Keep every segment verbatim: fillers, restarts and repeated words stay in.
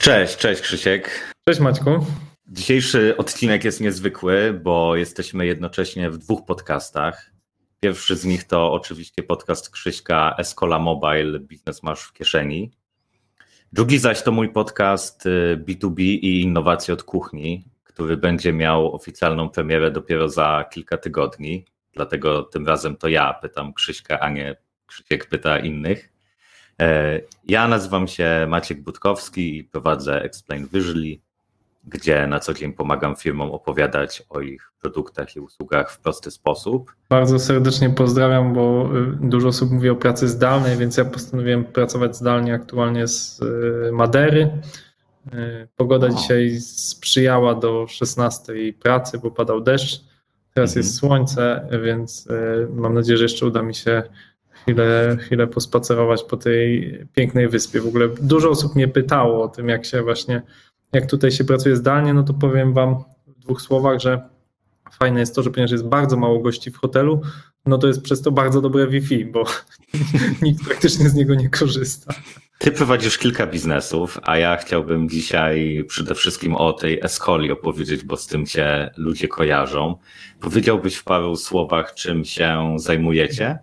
Cześć, cześć Krzysiek. Cześć Maćku. Dzisiejszy odcinek jest niezwykły, bo jesteśmy jednocześnie w dwóch podcastach. Pierwszy z nich to oczywiście podcast Krzyśka Escola Mobile, biznes masz w kieszeni. Drugi zaś to mój podcast B dwa B i innowacje od kuchni, który będzie miał oficjalną premierę dopiero za kilka tygodni. Dlatego tym razem to ja pytam Krzyśka, a nie Krzysiek pyta innych. Ja nazywam się Maciek Budkowski i prowadzę Explain Visually, gdzie na co dzień pomagam firmom opowiadać o ich produktach i usługach w prosty sposób. Bardzo serdecznie pozdrawiam, bo dużo osób mówi o pracy zdalnej, więc ja postanowiłem pracować zdalnie aktualnie z Madery. Pogoda o. dzisiaj sprzyjała do szesnastej pracy, bo padał deszcz. Teraz mhm. jest słońce, więc mam nadzieję, że jeszcze uda mi się Chwilę, chwilę pospacerować po tej pięknej wyspie. W ogóle dużo osób mnie pytało o tym, jak się właśnie, jak tutaj się pracuje zdalnie, no to powiem wam w dwóch słowach, że fajne jest to, że ponieważ jest bardzo mało gości w hotelu, no to jest przez to bardzo dobre Wi-Fi, bo nikt praktycznie z niego nie korzysta. Ty prowadzisz kilka biznesów, a ja chciałbym dzisiaj przede wszystkim o tej Escoli opowiedzieć, bo z tym cię ludzie kojarzą. Powiedziałbyś w paru słowach, czym się zajmujecie?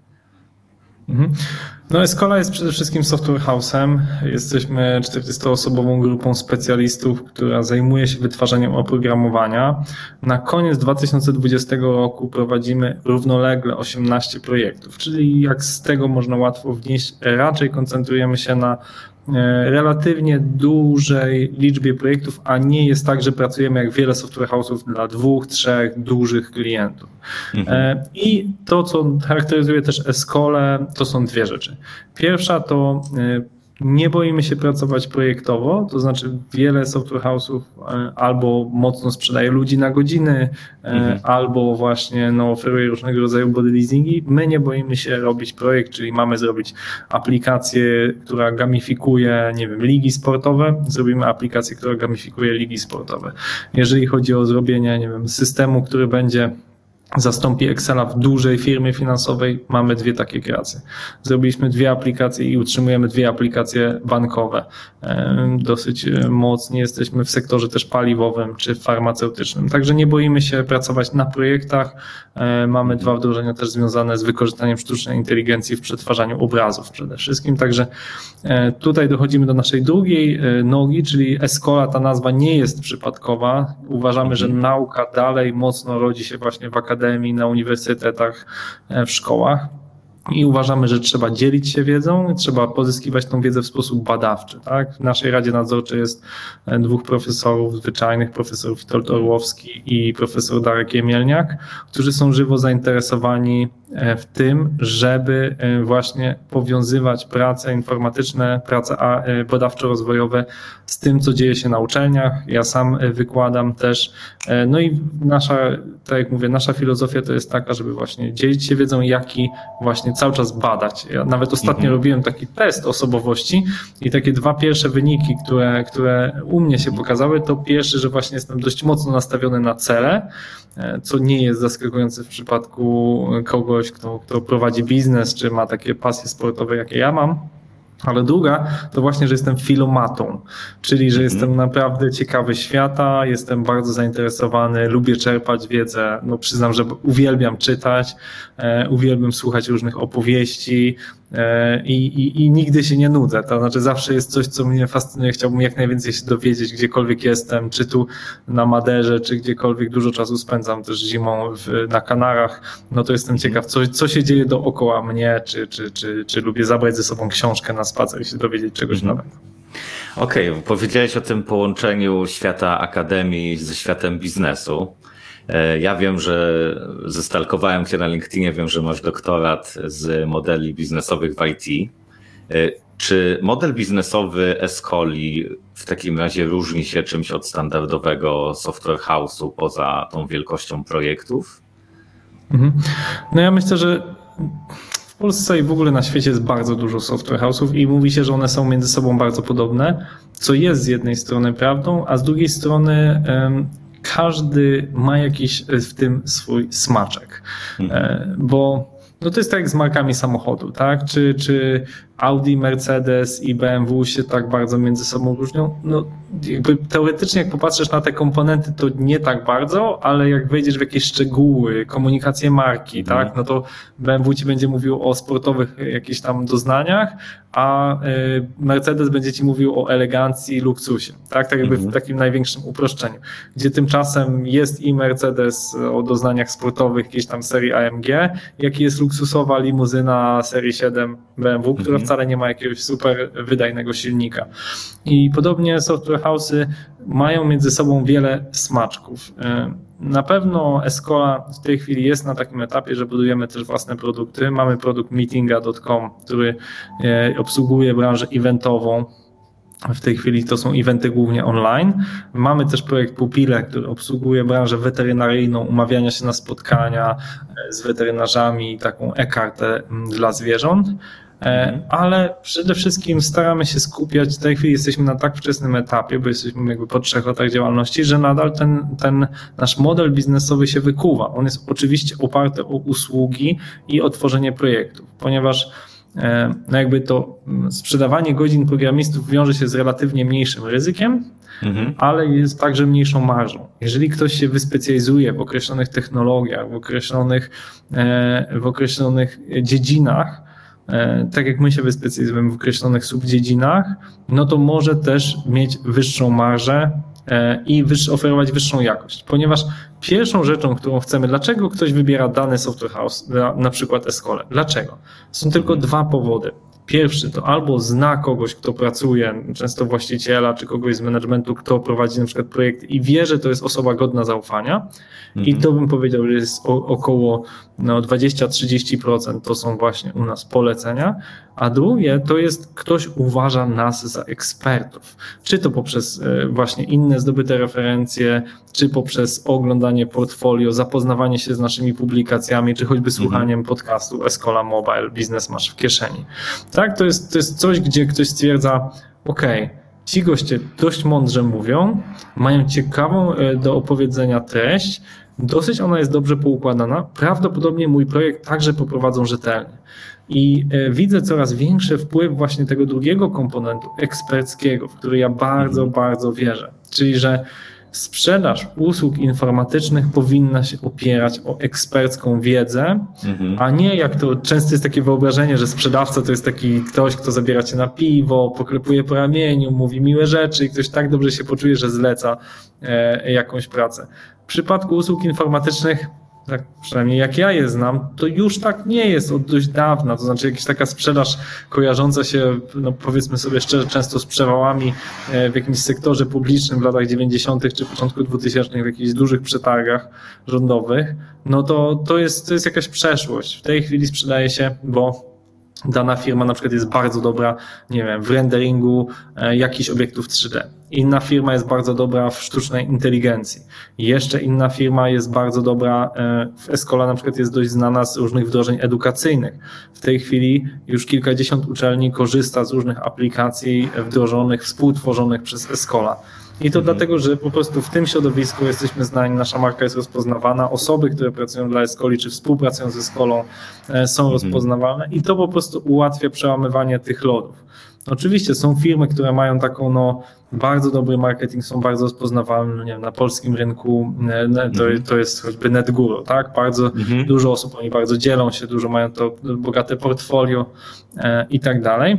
No Escola jest przede wszystkim software house'em. Jesteśmy czterdziestoosobową grupą specjalistów, która zajmuje się wytwarzaniem oprogramowania. Na koniec dwa tysiące dwudziestego roku prowadzimy równolegle osiemnaście projektów, czyli jak z tego można łatwo wnieść, raczej koncentrujemy się na relatywnie dużej liczbie projektów, a nie jest tak, że pracujemy jak wiele software house'ów dla dwóch, trzech dużych klientów. Mhm. I to, co charakteryzuje też Escolę, to są dwie rzeczy. Pierwsza to nie boimy się pracować projektowo, to znaczy wiele software house'ów albo mocno sprzedaje ludzi na godziny, mhm. albo właśnie no, oferuje różnego rodzaju body leasingi. My nie boimy się robić projekt, czyli mamy zrobić aplikację, która gamifikuje, nie wiem, ligi sportowe, zrobimy aplikację, która gamifikuje ligi sportowe. Jeżeli chodzi o zrobienie, nie wiem, systemu, który będzie zastąpi Excela w dużej firmie finansowej, mamy dwie takie kreacje. Zrobiliśmy dwie aplikacje i utrzymujemy dwie aplikacje bankowe. Dosyć mocni jesteśmy w sektorze też paliwowym czy farmaceutycznym. Także nie boimy się pracować na projektach. Mamy dwa wdrożenia też związane z wykorzystaniem sztucznej inteligencji w przetwarzaniu obrazów przede wszystkim. Także tutaj dochodzimy do naszej drugiej nogi, czyli Escola, ta nazwa nie jest przypadkowa. Uważamy, że nauka dalej mocno rodzi się właśnie w akademii, na uniwersytetach, w szkołach i uważamy, że trzeba dzielić się wiedzą, trzeba pozyskiwać tą wiedzę w sposób badawczy. Tak? W naszej Radzie Nadzorczej jest dwóch profesorów zwyczajnych, profesor Witold Orłowski i profesor Darek Jemielniak, którzy są żywo zainteresowani w tym, żeby właśnie powiązywać prace informatyczne, prace badawczo-rozwojowe z tym, co dzieje się na uczelniach. Ja sam wykładam też. No i nasza, tak jak mówię, nasza filozofia to jest taka, żeby właśnie dzielić się wiedzą, jak i właśnie cały czas badać. Ja nawet ostatnio mhm. robiłem taki test osobowości i takie dwa pierwsze wyniki, które, które u mnie się pokazały, to pierwszy, że właśnie jestem dość mocno nastawiony na cele, co nie jest zaskakujące w przypadku kogoś, kto, kto prowadzi biznes, czy ma takie pasje sportowe, jakie ja mam. Ale druga to właśnie, że jestem filomatą, czyli że jestem naprawdę ciekawy świata, jestem bardzo zainteresowany, lubię czerpać wiedzę, no przyznam, że uwielbiam czytać, e, uwielbiam słuchać różnych opowieści e, i, i nigdy się nie nudzę, to znaczy zawsze jest coś, co mnie fascynuje, chciałbym jak najwięcej się dowiedzieć, gdziekolwiek jestem, czy tu na Maderze, czy gdziekolwiek, dużo czasu spędzam też zimą w, na Kanarach, no to jestem ciekaw, co, co się dzieje dookoła mnie, czy, czy, czy, czy lubię zabrać ze sobą książkę na spacer i się dowiedzieć czegoś nowego. Okej, okay, powiedziałeś o tym połączeniu świata akademii ze światem biznesu. Ja wiem, że zestalkowałem cię na LinkedInie, wiem, że masz doktorat z modeli biznesowych w I T. Czy model biznesowy Escoli w takim razie różni się czymś od standardowego software house'u poza tą wielkością projektów? Mhm. No ja myślę, że w Polsce i w ogóle na świecie jest bardzo dużo software house'ów i mówi się, że one są między sobą bardzo podobne, co jest z jednej strony prawdą, a z drugiej strony um, każdy ma jakiś w tym swój smaczek, mhm. bo no to jest tak jak z markami samochodu, tak? Czy, czy Audi, Mercedes i B M W się tak bardzo między sobą różnią? No jakby teoretycznie jak popatrzysz na te komponenty, to nie tak bardzo, ale jak wejdziesz w jakieś szczegóły, komunikację marki, mm. tak, no to B M W ci będzie mówił o sportowych jakichś tam doznaniach, a Mercedes będzie ci mówił o elegancji i luksusie, tak, tak jakby mm. w takim największym uproszczeniu, gdzie tymczasem jest i Mercedes o doznaniach sportowych jakiejś tam serii A M G, jak i jest luksusowa limuzyna serii siedem B M W, która mm. wcale nie ma jakiegoś super wydajnego silnika. I podobnie software house'y mają między sobą wiele smaczków. Na pewno Escola w tej chwili jest na takim etapie, że budujemy też własne produkty. Mamy produkt meetinga kropka com, który obsługuje branżę eventową. W tej chwili to są eventy głównie online. Mamy też projekt Pupile, który obsługuje branżę weterynaryjną, umawiania się na spotkania z weterynarzami, taką e-kartę dla zwierząt. Ale przede wszystkim staramy się skupiać, w tej chwili jesteśmy na tak wczesnym etapie, bo jesteśmy jakby po trzech latach działalności, że nadal ten, ten nasz model biznesowy się wykuwa. On jest oczywiście oparty o usługi i o tworzenie projektów, ponieważ no jakby to sprzedawanie godzin programistów wiąże się z relatywnie mniejszym ryzykiem, mhm. ale jest także mniejszą marżą. Jeżeli ktoś się wyspecjalizuje w określonych technologiach, w określonych, w określonych dziedzinach, tak jak my się wyspecjalizujemy w określonych subdziedzinach, no to może też mieć wyższą marżę i oferować wyższą jakość, ponieważ pierwszą rzeczą, którą chcemy, dlaczego ktoś wybiera dany software house, na, na przykład Escolę? Dlaczego? Są tylko dwa powody. Pierwszy to albo zna kogoś, kto pracuje, często właściciela czy kogoś z managementu, kto prowadzi na przykład projekt i wie, że to jest osoba godna zaufania. Mm-hmm. I to bym powiedział, że jest o, około no, dwadzieścia do trzydziestu procent to są właśnie u nas polecenia. A drugie to jest ktoś uważa nas za ekspertów. Czy to poprzez właśnie inne zdobyte referencje, czy poprzez oglądanie portfolio, zapoznawanie się z naszymi publikacjami, czy choćby słuchaniem mm-hmm. podcastu Escola Mobile, biznes masz w kieszeni. Tak, to jest, to jest coś, gdzie ktoś stwierdza, okej, okay, ci goście dość mądrze mówią, mają ciekawą do opowiedzenia treść, dosyć ona jest dobrze poukładana, prawdopodobnie mój projekt także poprowadzą rzetelnie. I widzę coraz większy wpływ właśnie tego drugiego komponentu eksperckiego, w który ja bardzo, mhm. bardzo wierzę. Czyli, że sprzedaż usług informatycznych powinna się opierać o ekspercką wiedzę, mhm. a nie jak to często jest takie wyobrażenie, że sprzedawca to jest taki ktoś, kto zabiera cię na piwo, poklepuje po ramieniu, mówi miłe rzeczy i ktoś tak dobrze się poczuje, że zleca e, jakąś pracę. W przypadku usług informatycznych, tak przynajmniej jak ja je znam, to już tak nie jest od dość dawna, to znaczy jakaś taka sprzedaż kojarząca się, no powiedzmy sobie szczerze, często z przewałami w jakimś sektorze publicznym w latach dziewięćdziesiątych czy początku dwutysięcznych w jakichś dużych przetargach rządowych, no to, to, jest, to jest jakaś przeszłość. W tej chwili sprzedaje się, bo dana firma na przykład jest bardzo dobra, nie wiem, w renderingu jakichś obiektów trzy D. Inna firma jest bardzo dobra w sztucznej inteligencji. Jeszcze inna firma jest bardzo dobra, w Escola na przykład jest dość znana z różnych wdrożeń edukacyjnych. W tej chwili już kilkadziesiąt uczelni korzysta z różnych aplikacji wdrożonych, współtworzonych przez Escola. I to mhm. dlatego, że po prostu w tym środowisku jesteśmy znani, nasza marka jest rozpoznawana, osoby, które pracują dla Escoli czy współpracują z Escolą są mhm. rozpoznawalne i to po prostu ułatwia przełamywanie tych lodów. Oczywiście są firmy, które mają taką no, bardzo dobry marketing, są bardzo rozpoznawalne, no nie wiem, na polskim rynku to, to jest choćby NetGuru, tak? Bardzo mhm. dużo osób, oni bardzo dzielą się, dużo mają to bogate portfolio e, i tak dalej.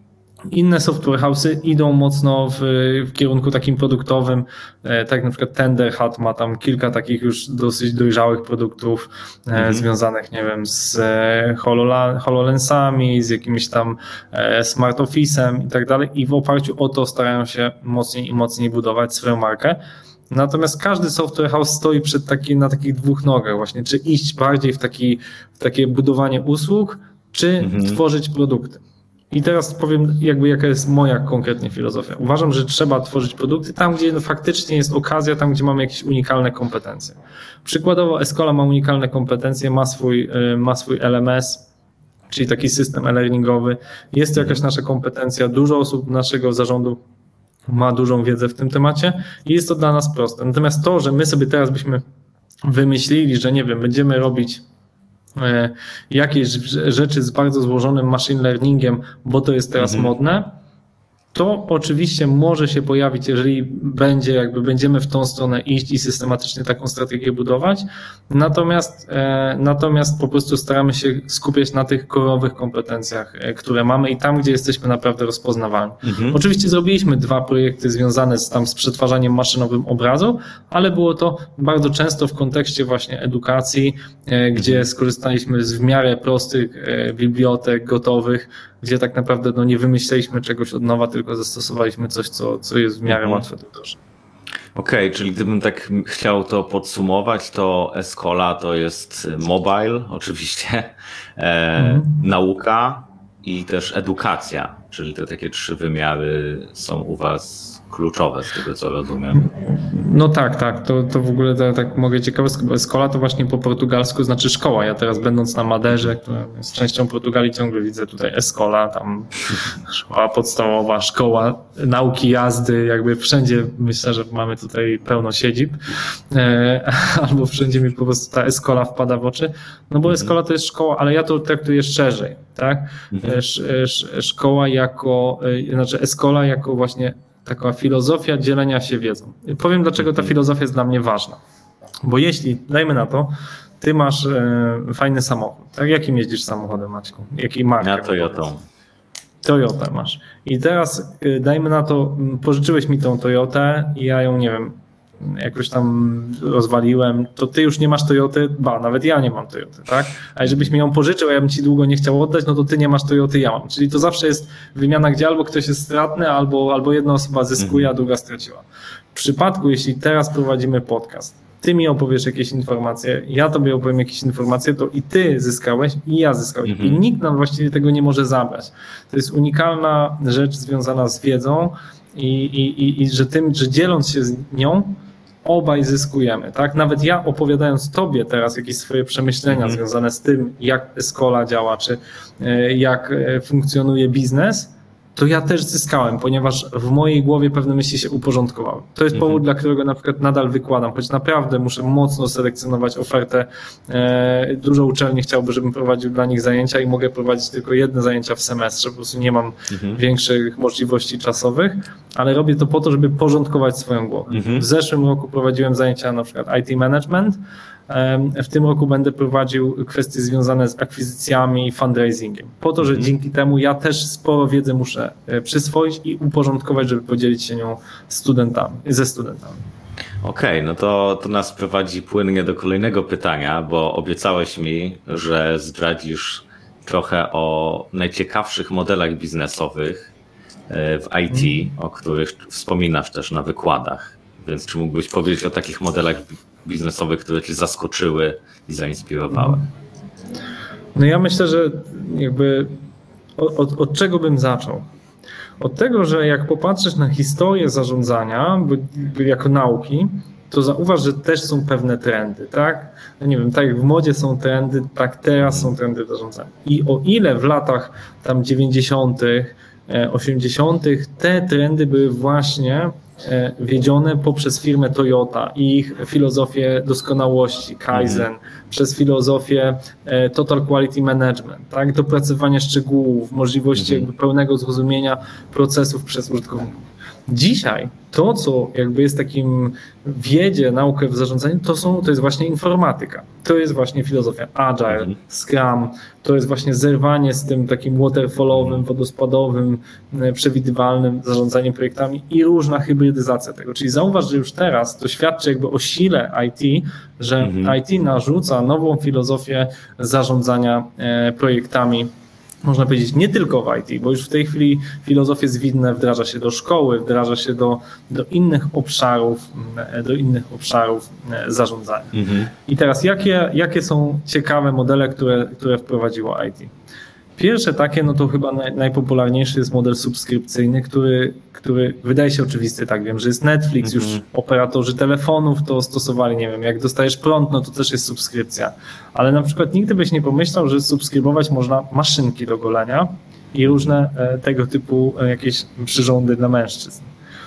Inne software house'y idą mocno w, w kierunku takim produktowym, e, tak na przykład Tenderhat ma tam kilka takich już dosyć dojrzałych produktów e, mhm. związanych, nie wiem, z e, Holola, HoloLensami, z jakimś tam e, Smart Office'em i tak dalej i w oparciu o to starają się mocniej i mocniej budować swoją markę. Natomiast każdy software house stoi przed taki, na takich dwóch nogach właśnie, czy iść bardziej w, taki, w takie budowanie usług, czy mhm. tworzyć produkty. I teraz powiem jakby jaka jest moja konkretnie filozofia. Uważam, że trzeba tworzyć produkty tam, gdzie faktycznie jest okazja, tam gdzie mamy jakieś unikalne kompetencje. Przykładowo Escola ma unikalne kompetencje, ma swój, ma swój L M S, czyli taki system e-learningowy. Jest to jakaś nasza kompetencja, dużo osób naszego zarządu ma dużą wiedzę w tym temacie i jest to dla nas proste. Natomiast to, że my sobie teraz byśmy wymyślili, że nie wiem, będziemy robić jakieś rzeczy z bardzo złożonym machine learningiem, bo to jest teraz mhm. modne, to oczywiście może się pojawić, jeżeli będzie, jakby będziemy w tą stronę iść i systematycznie taką strategię budować. Natomiast, e, natomiast po prostu staramy się skupiać na tych korowych kompetencjach, e, które mamy i tam, gdzie jesteśmy naprawdę rozpoznawalni. Mhm. Oczywiście zrobiliśmy dwa projekty związane z, tam, z przetwarzaniem maszynowym obrazu, ale było to bardzo często w kontekście właśnie edukacji, e, gdzie mhm. skorzystaliśmy z w miarę prostych e, bibliotek gotowych, gdzie tak naprawdę no, nie wymyśleliśmy czegoś od nowa, tylko zastosowaliśmy coś, co, co jest w miarę mhm. łatwe do wdrożenia. Okej, okay, czyli gdybym tak chciał to podsumować, to Escola to jest mobile oczywiście, e, mhm. nauka i też edukacja, czyli te takie trzy wymiary są u was kluczowe z tego, co rozumiem. No tak, tak, to, to w ogóle tak, tak mogę ciekawostkę, bo Escola to właśnie po portugalsku znaczy szkoła. Ja teraz będąc na Maderze, która jest częścią Portugalii, ciągle widzę tutaj Escola, tam szkoła podstawowa, szkoła nauki jazdy, jakby wszędzie myślę, że mamy tutaj pełno siedzib, e, albo wszędzie mi po prostu ta Escola wpada w oczy, no bo Escola to jest szkoła, ale ja to traktuję szerzej, tak? Sz, sz, szkoła jako, znaczy Escola jako właśnie taka filozofia dzielenia się wiedzą. Powiem, dlaczego ta filozofia jest dla mnie ważna. Bo jeśli, dajmy na to, ty masz e, fajny samochód, tak? Jakim jeździsz samochodem, Maćku? Jakiej marki? Ja Toyotą. Toyotę masz. I teraz e, dajmy na to, pożyczyłeś mi tą Toyotę i ja ją, nie wiem, jakoś tam rozwaliłem, to ty już nie masz Toyoty, ba, nawet ja nie mam Toyoty, tak? A żebyś mi ją pożyczył, a ja bym ci długo nie chciał oddać, no to ty nie masz Toyoty, ja mam. Czyli to zawsze jest wymiana, gdzie albo ktoś jest stratny, albo, albo jedna osoba zyskuje, a druga straciła. W przypadku, jeśli teraz prowadzimy podcast, ty mi opowiesz jakieś informacje, ja tobie opowiem jakieś informacje, to i ty zyskałeś, i ja zyskałem. Mhm. I nikt nam właściwie tego nie może zabrać. To jest unikalna rzecz związana z wiedzą i, i, i, i że tym, że dzieląc się z nią, obaj zyskujemy, tak? Nawet ja opowiadając tobie teraz jakieś swoje przemyślenia mm. związane z tym, jak Escola działa, czy jak funkcjonuje biznes, to ja też zyskałem, ponieważ w mojej głowie pewne myśli się uporządkowały. To jest powód, mm-hmm. dla którego na przykład nadal wykładam, choć naprawdę muszę mocno selekcjonować ofertę. E, dużo uczelni chciałby, żebym prowadził dla nich zajęcia i mogę prowadzić tylko jedne zajęcia w semestrze, po prostu nie mam mm-hmm. większych możliwości czasowych, ale robię to po to, żeby porządkować swoją głowę. Mm-hmm. W zeszłym roku prowadziłem zajęcia na przykład I T Management, w tym roku będę prowadził kwestie związane z akwizycjami i fundraisingiem. Po to, że mm. dzięki temu ja też sporo wiedzy muszę przyswoić i uporządkować, żeby podzielić się nią studentami, ze studentami. Okej, okay, no to, to nas prowadzi płynnie do kolejnego pytania, bo obiecałeś mi, że zdradzisz trochę o najciekawszych modelach biznesowych w I T, mm. o których wspominasz też na wykładach. Więc czy mógłbyś powiedzieć o takich modelach biznesowych, które cię zaskoczyły i zainspirowały? No ja myślę, że jakby od, od czego bym zaczął? Od tego, że jak popatrzysz na historię zarządzania jako nauki, to zauważ, że też są pewne trendy, tak? No nie wiem, tak jak w modzie są trendy, tak teraz są trendy w zarządzaniu. I o ile w latach tam dziewięćdziesiątych, osiemdziesiątych te trendy były właśnie wiedzione poprzez firmę Toyota i ich filozofię doskonałości, Kaizen, mhm. przez filozofię Total Quality Management, tak, dopracowanie szczegółów, możliwości mhm. jakby pełnego zrozumienia procesów przez użytkowników. Dzisiaj to, co jakby jest takim wiedzie, naukę w zarządzaniu, to, są, to jest właśnie informatyka. To jest właśnie filozofia Agile, mhm. Scrum, to jest właśnie zerwanie z tym takim waterfallowym, wodospadowym, przewidywalnym zarządzaniem projektami i różna hybrydyzacja tego. Czyli zauważ, że już teraz to świadczy jakby o sile I T, że mhm. I T narzuca nową filozofię zarządzania projektami. Można powiedzieć nie tylko w I T, bo już w tej chwili filozofie zwinne wdraża się do szkoły, wdraża się do, do innych obszarów, do innych obszarów zarządzania. Mhm. I teraz jakie, jakie są ciekawe modele, które, które wprowadziło I T? Pierwsze takie, no to chyba naj, najpopularniejszy jest model subskrypcyjny, który, który wydaje się oczywisty, tak wiem, że jest Netflix, mhm. już operatorzy telefonów to stosowali, nie wiem, jak dostajesz prąd, no to też jest subskrypcja, ale na przykład nigdy byś nie pomyślał, że subskrybować można maszynki do golenia i różne tego typu jakieś przyrządy dla mężczyzn.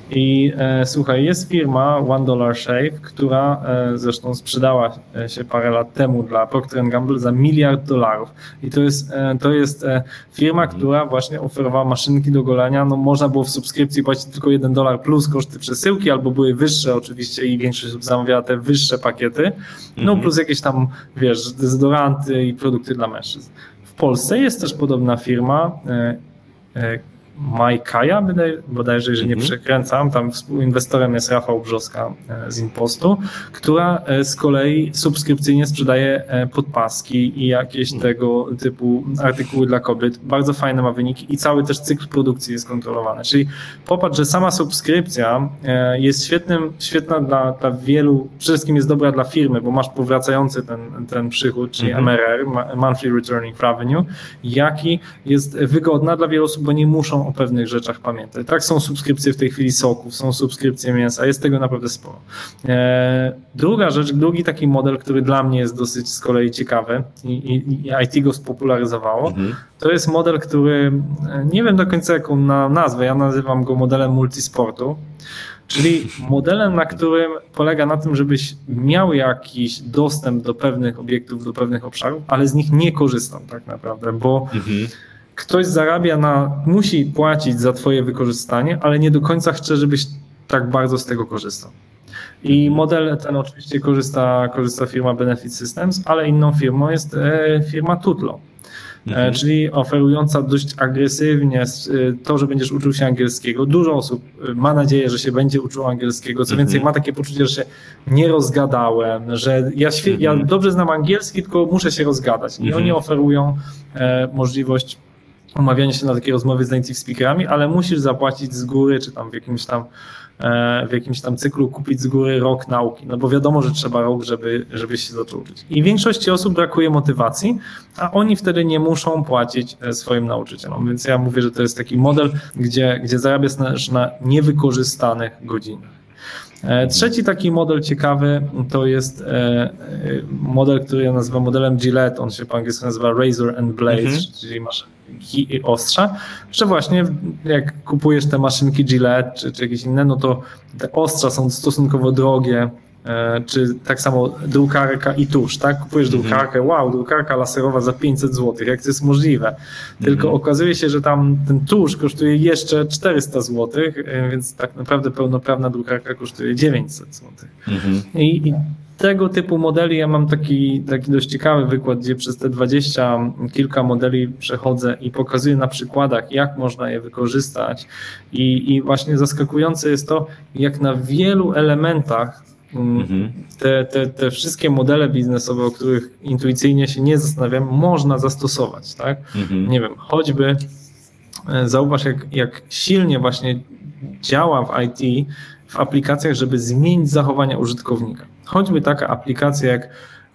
I e, słuchaj, jest firma One Dollar Shave, która e, zresztą sprzedała się parę lat temu dla Procter and Gamble za miliard dolarów. I to jest, e, to jest e, firma, mhm. która właśnie oferowała maszynki do golenia. No, można było w subskrypcji płacić tylko jeden dolar plus koszty przesyłki, albo były wyższe oczywiście i większość osób zamawiała te wyższe pakiety. No mhm. plus jakieś tam, wiesz, dezodoranty i produkty dla mężczyzn. W Polsce jest też podobna firma, e, e, Majkaja, bodajże, jeżeli nie przekręcam, tam współinwestorem jest Rafał Brzoska z Impostu, która z kolei subskrypcyjnie sprzedaje podpaski i jakieś tego typu artykuły dla kobiet. Bardzo fajne ma wyniki i cały też cykl produkcji jest kontrolowany. Czyli popatrz, że sama subskrypcja jest świetnym, świetna dla, dla wielu, przede wszystkim jest dobra dla firmy, bo masz powracający ten, ten przychód, czyli M R R, Monthly Returning Revenue, jaki jest wygodna dla wielu osób, bo nie muszą o pewnych rzeczach pamiętać. Tak, są subskrypcje w tej chwili soków, są subskrypcje mięsa, jest tego naprawdę sporo. Druga rzecz, drugi taki model, który dla mnie jest dosyć z kolei ciekawy i, i, i I T go spopularyzowało, mhm. to jest model, który nie wiem do końca jaką na nazwę, ja nazywam go modelem multisportu, czyli modelem, na którym polega na tym, żebyś miał jakiś dostęp do pewnych obiektów, do pewnych obszarów, ale z nich nie korzystał tak naprawdę, bo mhm. ktoś zarabia na, musi płacić za twoje wykorzystanie, ale nie do końca chce, żebyś tak bardzo z tego korzystał. I model ten oczywiście korzysta, korzysta firma Benefit Systems, ale inną firmą jest e, firma Tutlo, mhm. e, czyli oferująca dość agresywnie e, to, że będziesz uczył się angielskiego. Dużo osób ma nadzieję, że się będzie uczył angielskiego, co mhm. więcej ma takie poczucie, że się nie rozgadałem, że ja, świe- mhm. ja dobrze znam angielski, tylko muszę się rozgadać. I mhm. oni oferują e, możliwość umawianie się na takie rozmowy z native speakerami, ale musisz zapłacić z góry, czy tam w jakimś tam w jakimś tam cyklu kupić z góry rok nauki, no bo wiadomo, że trzeba rok, żeby, żeby się zaczął uczyć. I większości osób brakuje motywacji, a oni wtedy nie muszą płacić swoim nauczycielom, więc ja mówię, że to jest taki model, gdzie, gdzie zarabiasz na, na niewykorzystanych godzinach. Trzeci taki model ciekawy to jest model, który ja nazywam modelem Gillette, on się po angielsku nazywa Razor and Blades, mhm. czyli masz i ostrza, że właśnie jak kupujesz te maszynki Gillette czy, czy jakieś inne, no to te ostrza są stosunkowo drogie, czy tak samo drukarka i tusz, tak? Kupujesz mm-hmm. drukarkę, wow, drukarka laserowa za pięćset złotych, jak to jest możliwe? Tylko mm-hmm. okazuje się, że tam ten tusz kosztuje jeszcze czterysta złotych, więc tak naprawdę pełnoprawna drukarka kosztuje dziewięćset złotych. Mm-hmm. I, i tego typu modeli ja mam taki, taki dość ciekawy wykład, gdzie przez te dwadzieścia kilka modeli przechodzę i pokazuję na przykładach, jak można je wykorzystać i, i właśnie zaskakujące jest to, jak na wielu elementach mhm. te, te, te wszystkie modele biznesowe, o których intuicyjnie się nie zastanawiam, można zastosować, tak? Mhm. Nie wiem, choćby zauważ, jak, jak silnie właśnie działa w I T w aplikacjach, żeby zmienić zachowania użytkownika. Choćby taka aplikacja, jak,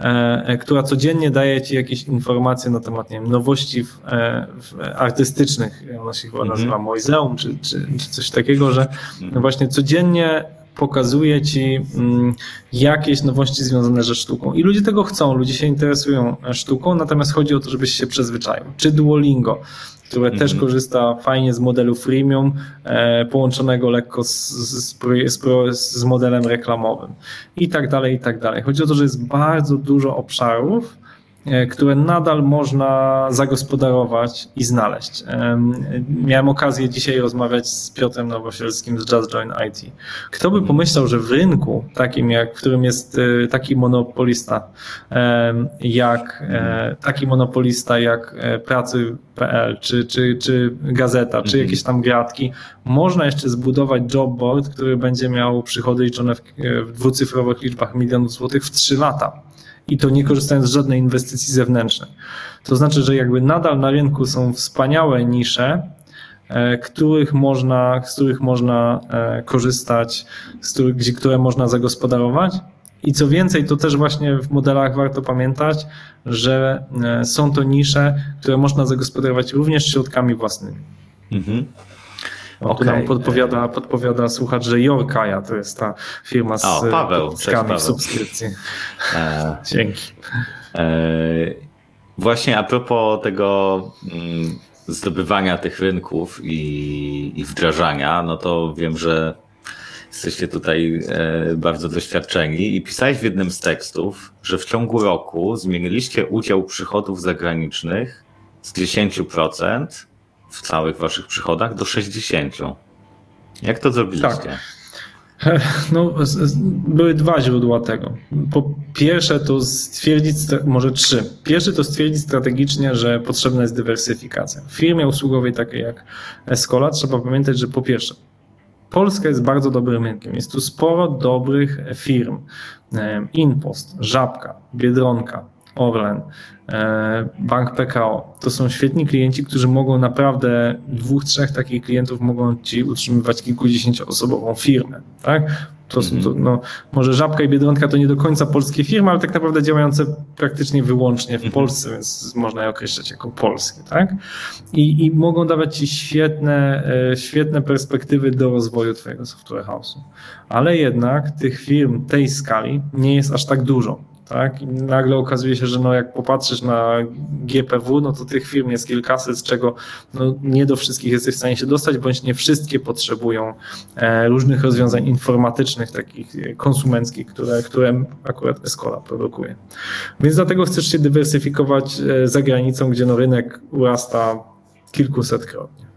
e, która codziennie daje ci jakieś informacje na temat, nie wiem, nowości w, e, w artystycznych, ona się chyba nazywa mm-hmm. Moiseum, czy, czy, czy coś takiego, że mm-hmm. właśnie codziennie pokazuje ci mm, jakieś nowości związane ze sztuką. I ludzie tego chcą, ludzie się interesują sztuką, natomiast chodzi o to, żebyś się przyzwyczaił. Czy Duolingo, które mm-hmm. też korzysta fajnie z modelu freemium, e, połączonego lekko z, z, z, z modelem reklamowym i tak dalej, i tak dalej. Chodzi o to, że jest bardzo dużo obszarów, e, które nadal można zagospodarować i znaleźć. E, miałem okazję dzisiaj rozmawiać z Piotrem Nowosielskim z Just Join I T. Kto by pomyślał, że w rynku takim, jak, w którym jest e, taki monopolista, e, jak e, taki monopolista jak e, pracy kropka p l, czy, czy, czy gazeta, czy jakieś tam gratki, można jeszcze zbudować jobboard, który będzie miał przychody liczone w, w dwucyfrowych liczbach milionów złotych w trzy lata. I to nie korzystając z żadnej inwestycji zewnętrznej. To znaczy, że jakby nadal na rynku są wspaniałe nisze, których można, z których można korzystać, z których, gdzie, które można zagospodarować. I co więcej, to też właśnie w modelach warto pamiętać, że są to nisze, które można zagospodarować również środkami własnymi. Mhm. Okay. Tu nam podpowiada, podpowiada słuchacz, że Yorkaja to jest ta firma z o, Paweł, podpiskami w subskrypcji. E, Dzięki. E, właśnie a propos tego zdobywania tych rynków i, i wdrażania, no to wiem, że jesteście tutaj bardzo doświadczeni i pisałeś w jednym z tekstów, że w ciągu roku zmieniliście udział przychodów zagranicznych z dziesięć procent w całych waszych przychodach do sześćdziesiąt procent. Jak to zrobiliście? Tak. No, były dwa źródła tego. Po pierwsze to stwierdzić, może trzy. Pierwszy to stwierdzić strategicznie, że potrzebna jest dywersyfikacja. W firmie usługowej takiej jak Escola trzeba pamiętać, że po pierwsze Polska jest bardzo dobrym rynkiem. Jest tu sporo dobrych firm. InPost, Żabka, Biedronka, Orlen, Bank P K O. To są świetni klienci, którzy mogą naprawdę, dwóch, trzech takich klientów mogą ci utrzymywać kilkudziesięcioosobową firmę. Tak? To, to, no, może Żabka i Biedronka to nie do końca polskie firmy, ale tak naprawdę działające praktycznie wyłącznie w Polsce, więc można je określać jako polskie. Tak? I, i mogą dawać ci świetne, świetne perspektywy do rozwoju twojego software house'u. Ale jednak tych firm tej skali nie jest aż tak dużo. Tak? I nagle okazuje się, że no jak popatrzysz na G P W, no to tych firm jest kilkaset, z czego no nie do wszystkich jesteś w stanie się dostać, bądź nie wszystkie potrzebują e, różnych rozwiązań informatycznych, takich konsumenckich, które, które akurat Escola produkuje. Więc dlatego chcesz się dywersyfikować za granicą, gdzie no rynek urasta kilkusetkrotnie.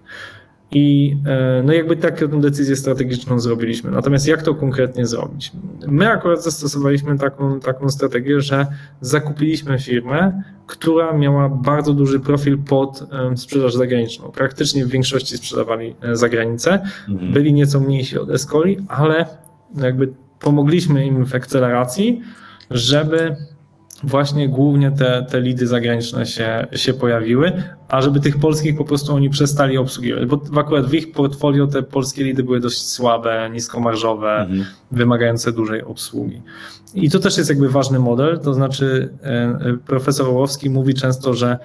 I no jakby taką decyzję strategiczną zrobiliśmy. Natomiast jak to konkretnie zrobić? My akurat zastosowaliśmy taką, taką strategię, że zakupiliśmy firmę, która miała bardzo duży profil pod sprzedaż zagraniczną. Praktycznie w większości sprzedawali za granicę. Mhm. Byli nieco mniejsi od Escoli, ale jakby pomogliśmy im w akceleracji, żeby właśnie głównie te, te lidy zagraniczne się, się pojawiły, a żeby tych polskich po prostu oni przestali obsługiwać, bo akurat w ich portfolio te polskie lidy były dość słabe, niskomarżowe, mhm. wymagające dużej obsługi. I to też jest jakby ważny model, to znaczy profesor Orłowski mówi często, że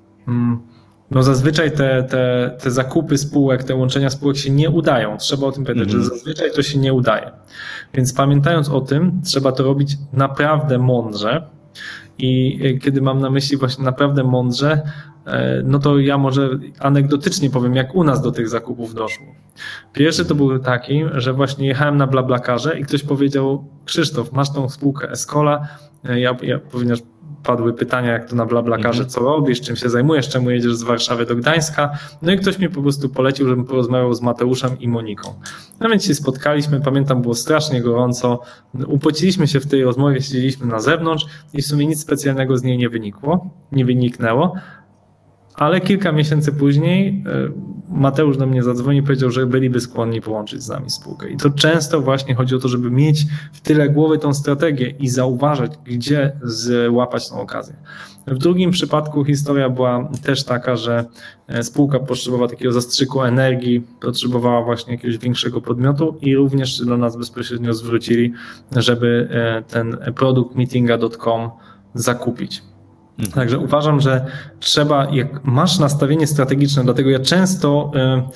no zazwyczaj te, te, te zakupy spółek, te łączenia spółek się nie udają. Trzeba o tym pamiętać, mhm. że zazwyczaj to się nie udaje. Więc pamiętając o tym, trzeba to robić naprawdę mądrze. I kiedy mam na myśli właśnie naprawdę mądrze, no to ja może anegdotycznie powiem, jak u nas do tych zakupów doszło. Pierwszy to był taki, że właśnie jechałem na BlaBlaCarze i ktoś powiedział: Krzysztof, masz tą spółkę Escola, ja, ja ponieważ padły pytania, jak to na BlaBlaCarze, co robisz, czym się zajmujesz, czemu jedziesz z Warszawy do Gdańska. No i ktoś mnie po prostu polecił, żebym porozmawiał z Mateuszem i Moniką. No więc się spotkaliśmy, pamiętam, było strasznie gorąco, upociliśmy się w tej rozmowie, siedzieliśmy na zewnątrz i w sumie nic specjalnego z niej nie wynikło, nie wyniknęło. Ale kilka miesięcy później Mateusz do mnie zadzwonił i powiedział, że byliby skłonni połączyć z nami spółkę. I to często właśnie chodzi o to, żeby mieć w tyle głowy tą strategię i zauważać, gdzie złapać tą okazję. W drugim przypadku historia była też taka, że spółka potrzebowała takiego zastrzyku energii, potrzebowała właśnie jakiegoś większego podmiotu i również do nas bezpośrednio zwrócili, żeby ten produkt meetinga kropka com zakupić. Także uważam, że trzeba, jak masz nastawienie strategiczne, dlatego ja często,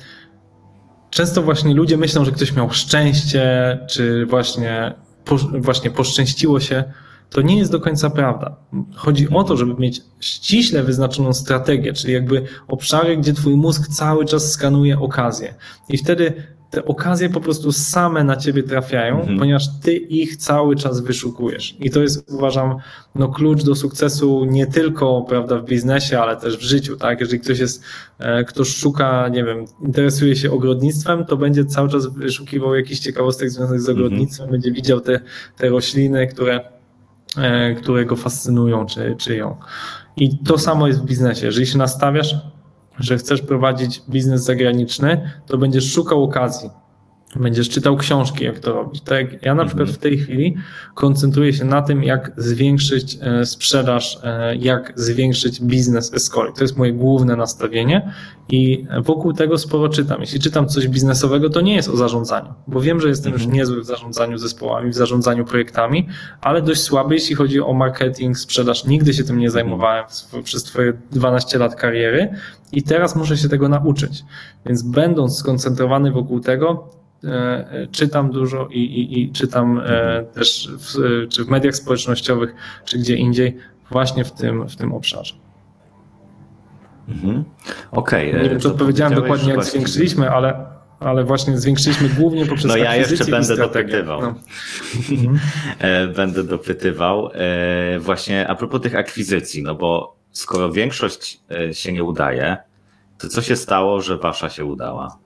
często właśnie ludzie myślą, że ktoś miał szczęście, czy właśnie, właśnie poszczęściło się. To nie jest do końca prawda. Chodzi o to, żeby mieć ściśle wyznaczoną strategię, czyli jakby obszary, gdzie twój mózg cały czas skanuje okazje. I wtedy te okazje po prostu same na ciebie trafiają, mhm. ponieważ ty ich cały czas wyszukujesz. I to jest, uważam, no, klucz do sukcesu nie tylko, prawda, w biznesie, ale też w życiu. Tak? Jeżeli ktoś jest, ktoś szuka, nie wiem, interesuje się ogrodnictwem, to będzie cały czas wyszukiwał jakichś ciekawostek związanych z ogrodnictwem, mhm. będzie widział te, te rośliny, które, które go fascynują, czy, czy ją. I to samo jest w biznesie. Jeżeli się nastawiasz, że chcesz prowadzić biznes zagraniczny, to będziesz szukał okazji. Będziesz czytał książki, jak to robić. Tak, ja na przykład w tej chwili koncentruję się na tym, jak zwiększyć sprzedaż, jak zwiększyć biznes Escoli. To jest moje główne nastawienie i wokół tego sporo czytam. Jeśli czytam coś biznesowego, to nie jest o zarządzaniu, bo wiem, że jestem już niezły w zarządzaniu zespołami, w zarządzaniu projektami, ale dość słaby, jeśli chodzi o marketing, sprzedaż. Nigdy się tym nie zajmowałem przez twoje dwanaście lat kariery i teraz muszę się tego nauczyć. Więc będąc skoncentrowany wokół tego, czytam dużo i, i, i czytam też w, czy w mediach społecznościowych, czy gdzie indziej, właśnie w tym, w tym obszarze. Mhm. Okej. Nie wiem, czy odpowiedziałem dokładnie, jak zwiększyliśmy, ale, ale właśnie zwiększyliśmy głównie poprzez No ja jeszcze będę strategię. dopytywał. No. Będę dopytywał. Właśnie a propos tych akwizycji, no bo skoro większość się nie udaje, to co się stało, że wasza się udała?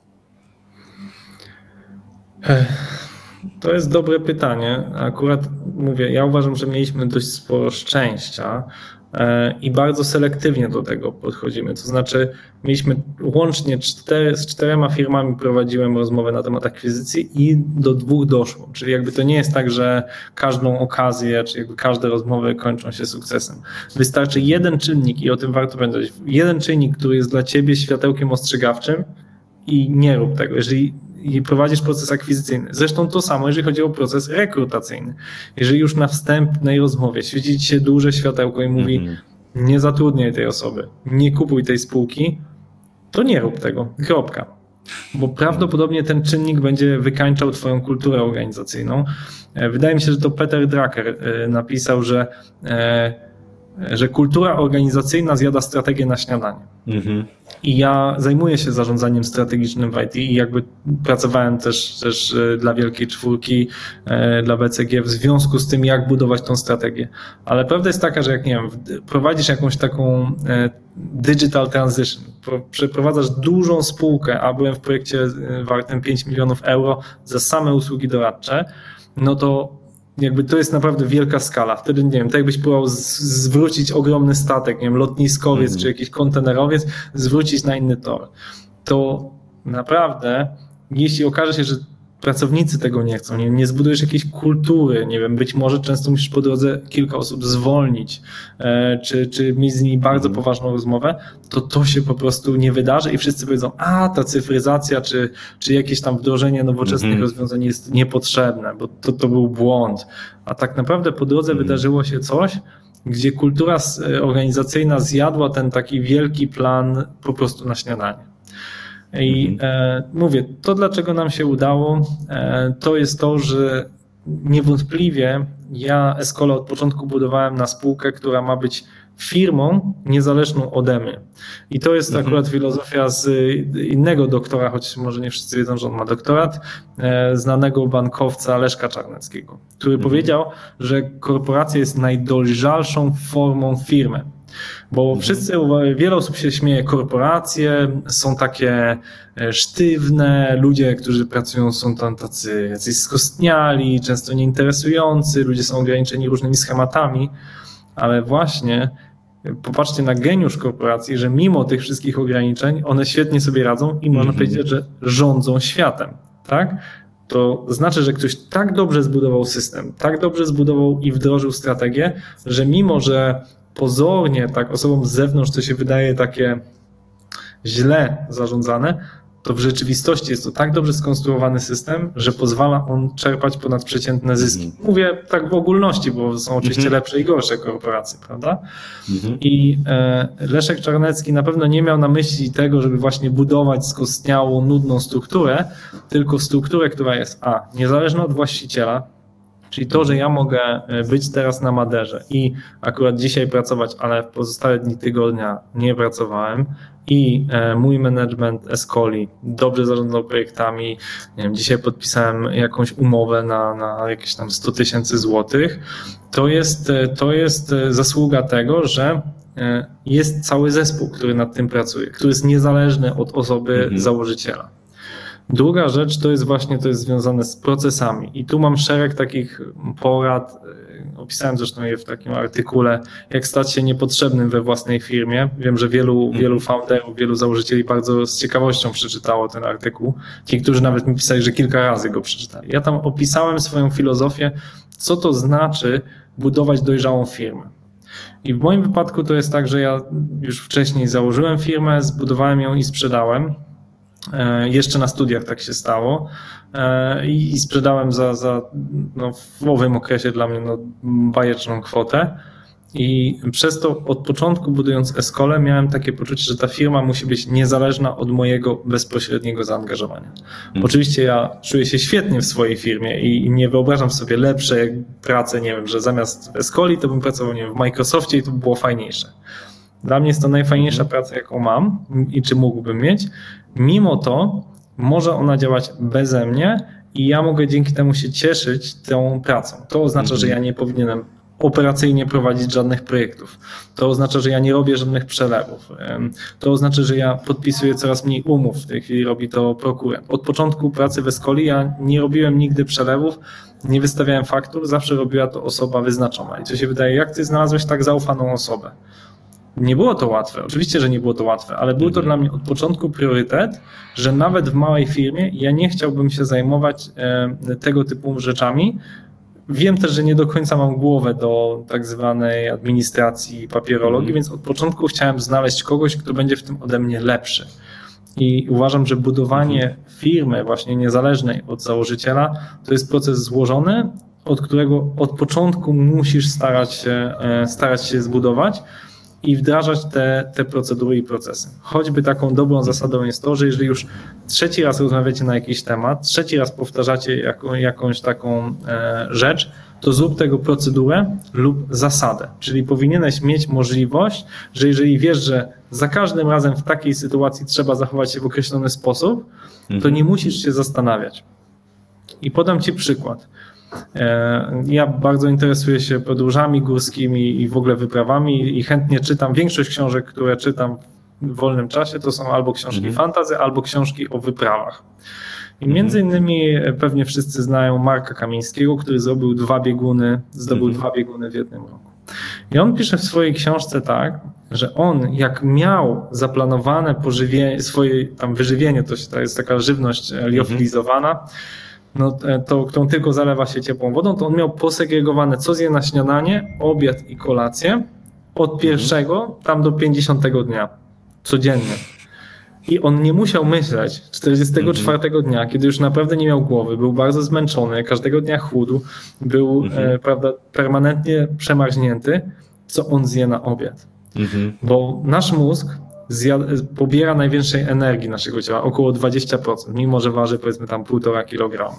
To jest dobre pytanie. Akurat mówię, ja uważam, że mieliśmy dość sporo szczęścia i bardzo selektywnie do tego podchodzimy. To znaczy mieliśmy łącznie cztery, z czterema firmami prowadziłem rozmowę na temat akwizycji i do dwóch doszło. Czyli jakby to nie jest tak, że każdą okazję, czy jakby każde rozmowy kończą się sukcesem. Wystarczy jeden czynnik i o tym warto pamiętać. Jeden czynnik, który jest dla ciebie światełkiem ostrzegawczym i nie rób tego. Jeżeli i prowadzisz proces akwizycyjny. Zresztą to samo, jeżeli chodzi o proces rekrutacyjny. Jeżeli już na wstępnej rozmowie świeci ci się duże światełko i mówi mm-hmm. nie zatrudniaj tej osoby, nie kupuj tej spółki, to nie rób tego. Kropka. Bo prawdopodobnie ten czynnik będzie wykańczał twoją kulturę organizacyjną. Wydaje mi się, że to Peter Drucker napisał, że, że kultura organizacyjna zjada strategię na śniadanie. Mm-hmm. I ja zajmuję się zarządzaniem strategicznym w I T i jakby pracowałem też, też dla Wielkiej Czwórki, dla B C G w związku z tym, jak budować tą strategię. Ale prawda jest taka, że jak nie wiem, prowadzisz jakąś taką digital transition, przeprowadzasz dużą spółkę, a byłem w projekcie wartym pięć milionów euro za same usługi doradcze, no to jakby to jest naprawdę wielka skala. Wtedy, nie wiem, tak jakbyś próbował zwrócić ogromny statek, nie wiem, lotniskowiec mm. czy jakiś kontenerowiec, zwrócić na inny tor. To naprawdę, jeśli okaże się, że pracownicy tego nie chcą, nie, nie zbudujesz jakiejś kultury, nie wiem, być może często musisz po drodze kilka osób zwolnić, e, czy, czy mieć z nimi bardzo poważną rozmowę, to to się po prostu nie wydarzy i wszyscy powiedzą, a ta cyfryzacja, czy, czy jakieś tam wdrożenie nowoczesnych mm-hmm. rozwiązań jest niepotrzebne, bo to, to był błąd. A tak naprawdę po drodze mm-hmm. wydarzyło się coś, gdzie kultura organizacyjna zjadła ten taki wielki plan po prostu na śniadanie. I e, mówię, to dlaczego nam się udało, e, to jest to, że niewątpliwie ja Escola od początku budowałem na spółkę, która ma być firmą niezależną ode mnie. I to jest mhm. akurat filozofia z innego doktora, choć może nie wszyscy wiedzą, że on ma doktorat, e, znanego bankowca Leszka Czarneckiego, który mhm. powiedział, że korporacja jest najdojrzalszą formą firmy. Bo wszyscy, wiele osób się śmieje, korporacje są takie sztywne, ludzie, którzy pracują są tam tacy jacyś skostniali, często nieinteresujący, ludzie są ograniczeni różnymi schematami, ale właśnie popatrzcie na geniusz korporacji, że mimo tych wszystkich ograniczeń one świetnie sobie radzą i można mm-hmm. powiedzieć, że rządzą światem, tak? To znaczy, że ktoś tak dobrze zbudował system, tak dobrze zbudował i wdrożył strategię, że mimo, że pozornie tak osobom z zewnątrz to się wydaje takie źle zarządzane, to w rzeczywistości jest to tak dobrze skonstruowany system, że pozwala on czerpać ponadprzeciętne zyski. Mm. Mówię tak w ogólności, bo są oczywiście mm-hmm. lepsze i gorsze korporacje, prawda? Mm-hmm. I e, Leszek Czarnecki na pewno nie miał na myśli tego, żeby właśnie budować skostniałą, nudną strukturę, tylko strukturę, która jest a, niezależna od właściciela, czyli to, że ja mogę być teraz na Maderze i akurat dzisiaj pracować, ale w pozostałe dni tygodnia nie pracowałem i mój management Escoli dobrze zarządzał projektami. Nie wiem, dzisiaj podpisałem jakąś umowę na, na jakieś tam sto tysięcy złotych. To jest, to jest zasługa tego, że jest cały zespół, który nad tym pracuje, który jest niezależny od osoby mhm. założyciela. Druga rzecz to jest właśnie, to jest związane z procesami i tu mam szereg takich porad, opisałem zresztą je w takim artykule, jak stać się niepotrzebnym we własnej firmie. Wiem, że wielu, wielu founderów, wielu założycieli bardzo z ciekawością przeczytało ten artykuł. Ci, którzy nawet mi pisali, że kilka razy go przeczytali. Ja tam opisałem swoją filozofię, co to znaczy budować dojrzałą firmę. I w moim wypadku to jest tak, że ja już wcześniej założyłem firmę, zbudowałem ją i sprzedałem. Jeszcze na studiach tak się stało i sprzedałem za, za no, w owym okresie dla mnie no, bajeczną kwotę i przez to od początku budując Escolę miałem takie poczucie, że ta firma musi być niezależna od mojego bezpośredniego zaangażowania. Hmm. Oczywiście ja czuję się świetnie w swojej firmie i nie wyobrażam sobie lepszej pracy, nie wiem, że zamiast w Escoli to bym pracował nie wiem, w Microsoftie i to by było fajniejsze. Dla mnie jest to najfajniejsza praca, jaką mam i czy mógłbym mieć. Mimo to może ona działać beze mnie i ja mogę dzięki temu się cieszyć tą pracą. To oznacza, że ja nie powinienem operacyjnie prowadzić żadnych projektów. To oznacza, że ja nie robię żadnych przelewów. To oznacza, że ja podpisuję coraz mniej umów. W tej chwili robi to prokurent. Od początku pracy w Escoli ja nie robiłem nigdy przelewów, nie wystawiałem faktur, zawsze robiła to osoba wyznaczona. I co się wydaje, jak ty znalazłeś tak zaufaną osobę? Nie było to łatwe, oczywiście, że nie było to łatwe, ale był to dla mnie od początku priorytet, że nawet w małej firmie ja nie chciałbym się zajmować tego typu rzeczami. Wiem też, że nie do końca mam głowę do tak zwanej administracji papierologii, mm. więc od początku chciałem znaleźć kogoś, kto będzie w tym ode mnie lepszy. I uważam, że budowanie mm. firmy właśnie niezależnej od założyciela to jest proces złożony, od którego od początku musisz starać się, starać się zbudować i wdrażać te, te procedury i procesy. Choćby taką dobrą zasadą jest to, że jeżeli już trzeci raz rozmawiacie na jakiś temat, trzeci raz powtarzacie jaką, jakąś taką e, rzecz, to zrób tego procedurę lub zasadę. Czyli powinieneś mieć możliwość, że jeżeli wiesz, że za każdym razem w takiej sytuacji trzeba zachować się w określony sposób, to nie musisz się zastanawiać. I podam Ci przykład. Ja bardzo interesuję się podróżami górskimi i w ogóle wyprawami i chętnie czytam. Większość książek, które czytam w wolnym czasie, to są albo książki mm. fantasy, albo książki o wyprawach. I między innymi pewnie wszyscy znają Marka Kamińskiego, który zrobił dwa bieguny, zdobył mm. dwa bieguny w jednym roku. I on pisze w swojej książce tak, że on jak miał zaplanowane pożywienie, swoje tam wyżywienie, to, to jest taka żywność liofilizowana, no, to, którą tylko zalewa się ciepłą wodą, to on miał posegregowane, co zje na śniadanie, obiad i kolację od pierwszego tam do pięćdziesiątego dnia, codziennie. I on nie musiał myśleć czterdziestego czwartego dnia, kiedy już naprawdę nie miał głowy, był bardzo zmęczony, każdego dnia chudł, był mhm. e, prawda, permanentnie przemarznięty, co on zje na obiad. Mhm. Bo nasz mózg Zjad- pobiera największej energii naszego ciała, około dwadzieścia procent, mimo że waży powiedzmy tam półtora kilograma.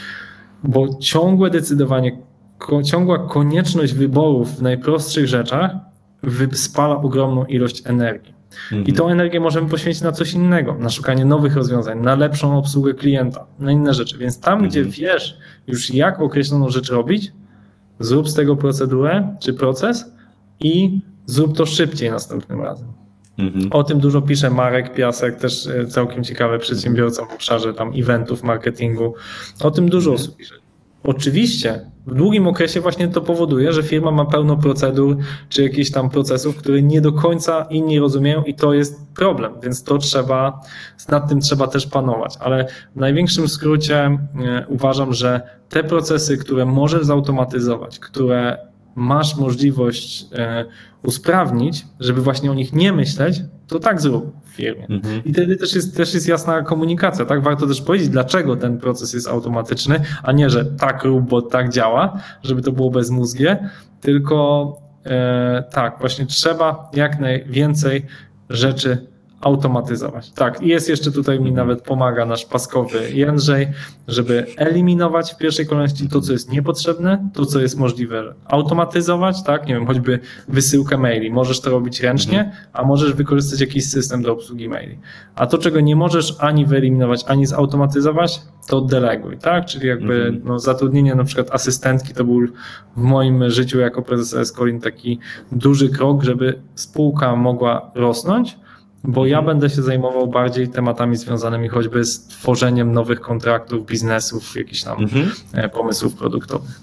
Bo ciągłe decydowanie, ko- ciągła konieczność wyborów w najprostszych rzeczach wy- spala ogromną ilość energii. Mhm. I tą energię możemy poświęcić na coś innego, na szukanie nowych rozwiązań, na lepszą obsługę klienta, na inne rzeczy. Więc tam, mhm. gdzie wiesz już jak określoną rzecz robić, zrób z tego procedurę czy proces i zrób to szybciej następnym razem. Mm-hmm. O tym dużo pisze Marek Piasek, też całkiem ciekawy przedsiębiorca w obszarze tam eventów, marketingu. O tym dużo mm-hmm. osób pisze. Oczywiście w długim okresie właśnie to powoduje, że firma ma pełno procedur czy jakichś tam procesów, które nie do końca inni rozumieją i to jest problem, więc to trzeba, nad tym trzeba też panować. Ale w największym skrócie uważam, że te procesy, które możesz zautomatyzować, które masz możliwość e, usprawnić, żeby właśnie o nich nie myśleć, to tak zrób w firmie. Mhm. I wtedy też jest, też jest jasna komunikacja, tak? Warto też powiedzieć, dlaczego ten proces jest automatyczny, a nie, że tak rób, bo tak działa, żeby to było bezmózgie, tylko e, tak, właśnie trzeba jak najwięcej rzeczy automatyzować. Tak, i jest jeszcze tutaj mi nawet pomaga nasz paskowy Jędrzej, żeby eliminować w pierwszej kolejności to, co jest niepotrzebne, to, co jest możliwe automatyzować, tak, nie wiem, choćby wysyłkę maili. Możesz to robić ręcznie, a możesz wykorzystać jakiś system do obsługi maili. A to, czego nie możesz ani wyeliminować, ani zautomatyzować, to deleguj, tak, czyli jakby no, zatrudnienie na przykład asystentki to był w moim życiu jako prezes Escolin taki duży krok, żeby spółka mogła rosnąć, bo ja będę się zajmował bardziej tematami związanymi choćby z tworzeniem nowych kontraktów, biznesów, jakichś tam mhm. pomysłów produktowych.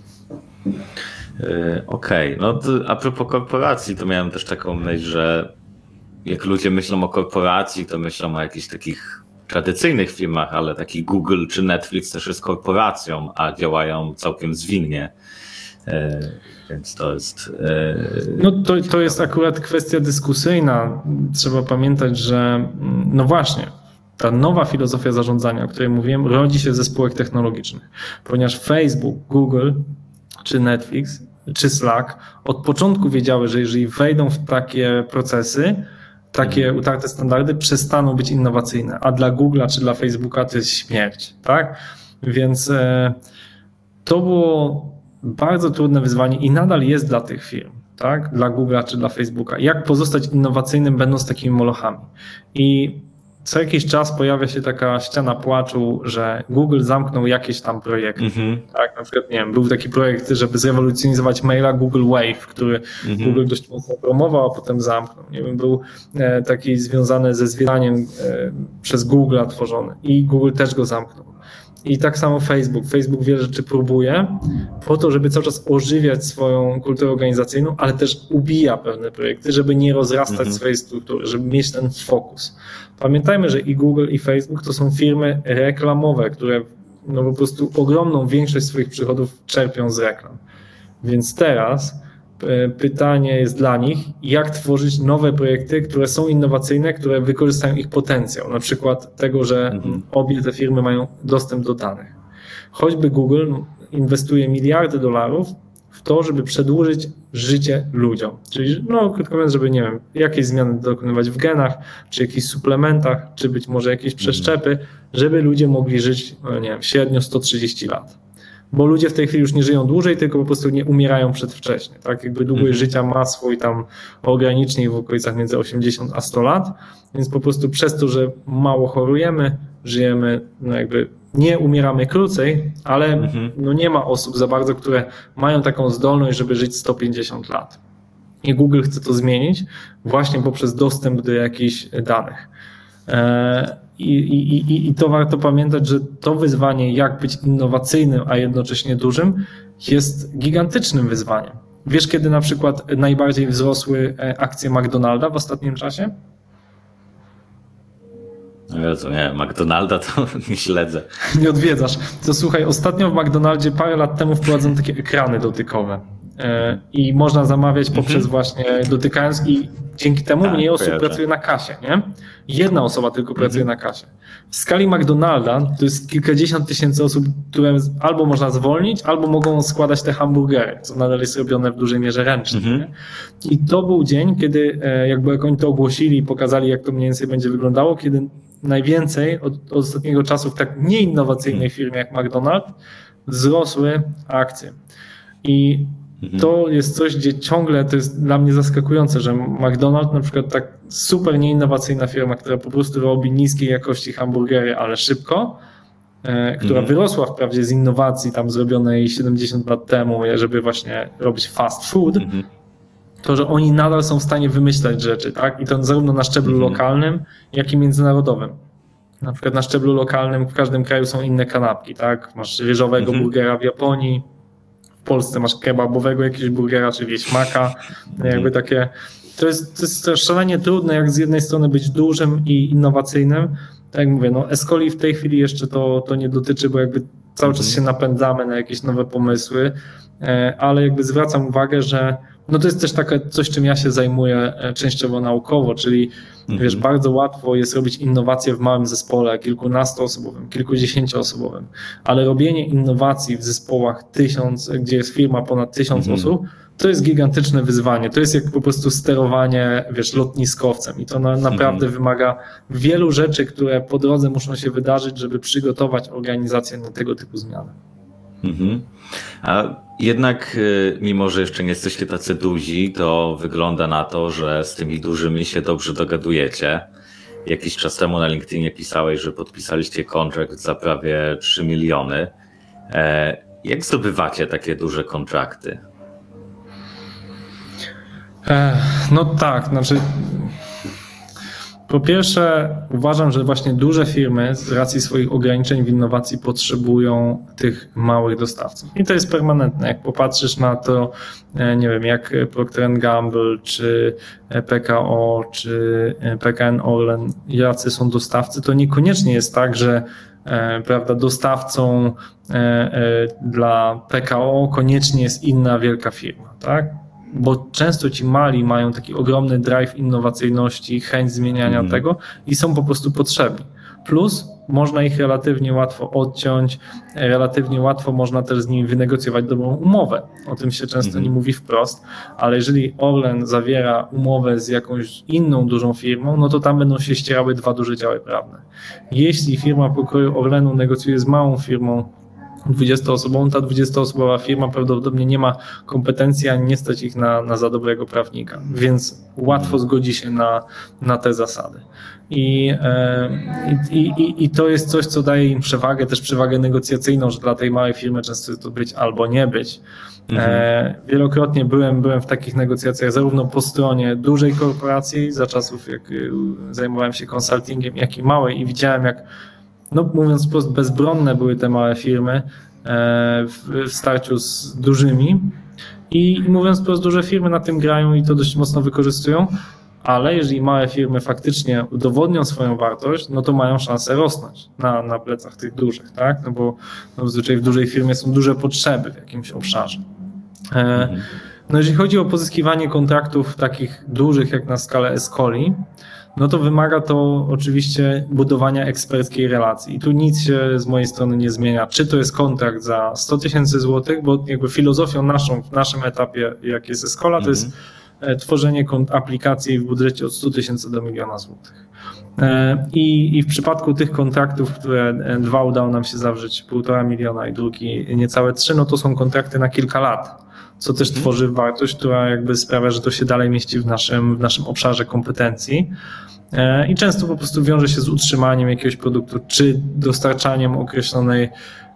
Okej, okay. No to a propos korporacji, to miałem też taką myśl, że jak ludzie myślą o korporacji, to myślą o jakichś takich tradycyjnych firmach, ale taki Google czy Netflix też jest korporacją, a działają całkiem zwinnie. Więc to jest... No to, to jest akurat kwestia dyskusyjna. Trzeba pamiętać, że no właśnie, ta nowa filozofia zarządzania, o której mówiłem, rodzi się ze spółek technologicznych, ponieważ Facebook, Google czy Netflix czy Slack od początku wiedziały, że jeżeli wejdą w takie procesy, takie utarte standardy przestaną być innowacyjne, a dla Google'a czy dla Facebooka to jest śmierć, tak? Więc to było bardzo trudne wyzwanie i nadal jest dla tych firm, tak? Dla Google'a czy dla Facebooka. Jak pozostać innowacyjnym, będąc takimi molochami? I co jakiś czas pojawia się taka ściana płaczu, że Google zamknął jakieś tam projekty. Mm-hmm. Tak, na przykład, nie wiem, był taki projekt, żeby zrewolucjonizować maila Google Wave, który mm-hmm. Google dość mocno promował, a potem zamknął. Nie wiem, był taki związany ze zwiedzaniem przez Google'a tworzony i Google też go zamknął. I tak samo Facebook. Facebook wiele rzeczy próbuje po to, żeby cały czas ożywiać swoją kulturę organizacyjną, ale też ubija pewne projekty, żeby nie rozrastać mm-hmm. swojej struktury, żeby mieć ten fokus. Pamiętajmy, że i Google, i Facebook to są firmy reklamowe, które no po prostu ogromną większość swoich przychodów czerpią z reklam. Więc teraz pytanie jest dla nich, jak tworzyć nowe projekty, które są innowacyjne, które wykorzystają ich potencjał. Na przykład tego, że mhm. obie te firmy mają dostęp do danych. Choćby Google inwestuje miliardy dolarów w to, żeby przedłużyć życie ludziom. Czyli, no krótko mówiąc, żeby, nie wiem, jakieś zmiany dokonywać w genach, czy jakichś suplementach, czy być może jakieś przeszczepy, żeby ludzie mogli żyć, no nie wiem, średnio sto trzydzieści lat. Bo ludzie w tej chwili już nie żyją dłużej, tylko po prostu nie umierają przedwcześnie. Tak? Jakby długość mhm. życia ma swój tam ogranicznik w okolicach między osiemdziesiąt a sto lat, więc po prostu przez to, że mało chorujemy, żyjemy, no jakby nie umieramy krócej, ale mhm. no nie ma osób za bardzo, które mają taką zdolność, żeby żyć sto pięćdziesiąt lat. I Google chce to zmienić właśnie poprzez dostęp do jakichś danych. I, i, i, I to warto pamiętać, że to wyzwanie, jak być innowacyjnym, a jednocześnie dużym, jest gigantycznym wyzwaniem. Wiesz, kiedy na przykład najbardziej wzrosły akcje McDonalda w ostatnim czasie? Jezu, nie, McDonalda to nie śledzę. Nie odwiedzasz. To słuchaj, ostatnio w McDonaldzie parę lat temu wprowadzono takie ekrany dotykowe. I można zamawiać poprzez mhm. właśnie dotykając i dzięki temu tak, mniej osób kojarzę. pracuje na kasie, nie? Jedna osoba tylko mhm. pracuje na kasie. W skali McDonalda to jest kilkadziesiąt tysięcy osób, które albo można zwolnić, albo mogą składać te hamburgery, co nadal jest robione w dużej mierze ręcznie. Mhm. I to był dzień, kiedy jakby jak oni to ogłosili i pokazali, jak to mniej więcej będzie wyglądało, kiedy najwięcej od, od ostatniego czasu w tak nieinnowacyjnej mhm. firmie jak McDonald's wzrosły akcje. I to jest coś, gdzie ciągle to jest dla mnie zaskakujące, że McDonald's na przykład tak super nieinnowacyjna firma, która po prostu robi niskiej jakości hamburgery, ale szybko, e, która mm. wyrosła wprawdzie z innowacji tam zrobionej siedemdziesiąt lat temu, żeby właśnie robić fast food, mm-hmm. to, że oni nadal są w stanie wymyślać rzeczy, tak? I to zarówno na szczeblu mm-hmm. lokalnym, jak i międzynarodowym. Na przykład na szczeblu lokalnym w każdym kraju są inne kanapki, tak? Masz ryżowego mm-hmm. burgera w Japonii, w Polsce masz kebabowego jakiegoś burgera, czy wieśmaka, jakby takie, to jest, to jest szalenie trudne, jak z jednej strony być dużym i innowacyjnym, tak jak mówię, no Escoli w tej chwili jeszcze to, to nie dotyczy, bo jakby cały czas się napędzamy na jakieś nowe pomysły, ale jakby zwracam uwagę, że no to jest też takie coś, czym ja się zajmuję częściowo naukowo, czyli mhm. wiesz, bardzo łatwo jest robić innowacje w małym zespole, kilkunastoosobowym, kilkudziesięcioosobowym, ale robienie innowacji w zespołach tysiąc, gdzie jest firma ponad tysiąc mhm. osób, to jest gigantyczne wyzwanie. To jest jak po prostu sterowanie, wiesz, lotniskowcem i to na, naprawdę mhm. wymaga wielu rzeczy, które po drodze muszą się wydarzyć, żeby przygotować organizację na tego typu zmiany. Mhm. A jednak mimo, że jeszcze nie jesteście tacy duzi, to wygląda na to, że z tymi dużymi się dobrze dogadujecie. Jakiś czas temu na LinkedInie pisałeś, że podpisaliście kontrakt za prawie trzy miliony. Jak zdobywacie takie duże kontrakty? No tak, znaczy po pierwsze uważam, że właśnie duże firmy z racji swoich ograniczeń w innowacji potrzebują tych małych dostawców. I to jest permanentne. Jak popatrzysz na to, nie wiem, jak Procter and Gamble, czy P K O, czy P K N Orlen, jacy są dostawcy, to niekoniecznie jest tak, że prawda, dostawcą dla P K O koniecznie jest inna wielka firma, tak? Bo często ci mali mają taki ogromny drive innowacyjności, chęć zmieniania mm. tego i są po prostu potrzebni. Plus można ich relatywnie łatwo odciąć, relatywnie łatwo można też z nimi wynegocjować dobrą umowę. O tym się często mm. nie mówi wprost, ale jeżeli Orlen zawiera umowę z jakąś inną dużą firmą, no to tam będą się ścierały dwa duże działy prawne. Jeśli firma pokroju Orlenu negocjuje z małą firmą dwudziestoosobową, ta dwudziestoosobowa firma prawdopodobnie nie ma kompetencji, ani nie stać ich na, na za dobrego prawnika, więc łatwo zgodzi się na, na te zasady. I, i, i, I to jest coś, co daje im przewagę, też przewagę negocjacyjną, że dla tej małej firmy często jest to być albo nie być. Mhm. Wielokrotnie byłem, byłem w takich negocjacjach zarówno po stronie dużej korporacji, za czasów jak zajmowałem się konsultingiem, jak i małej i widziałem, jak, no mówiąc wprost, bezbronne były te małe firmy w, w starciu z dużymi i, i mówiąc wprost, duże firmy na tym grają i to dość mocno wykorzystują, ale jeżeli małe firmy faktycznie udowodnią swoją wartość, no to mają szansę rosnąć na, na plecach tych dużych, tak? No bo no, zazwyczaj w dużej firmie są duże potrzeby w jakimś obszarze. E, no jeżeli chodzi o pozyskiwanie kontraktów takich dużych jak na skalę Escoli, no to wymaga to oczywiście budowania eksperckiej relacji. I tu nic się z mojej strony nie zmienia. Czy to jest kontrakt za sto tysięcy złotych, bo jakby filozofią naszą w naszym etapie, jak jest Escola, to jest tworzenie aplikacji w budżecie od stu tysięcy do miliona złotych. I, I w przypadku tych kontraktów, które dwa udało nam się zawrzeć, półtora miliona i drugi niecałe trzy, no to są kontrakty na kilka lat, co też tworzy wartość, która jakby sprawia, że to się dalej mieści w naszym, w naszym obszarze kompetencji. I często po prostu wiąże się z utrzymaniem jakiegoś produktu, czy dostarczaniem określonej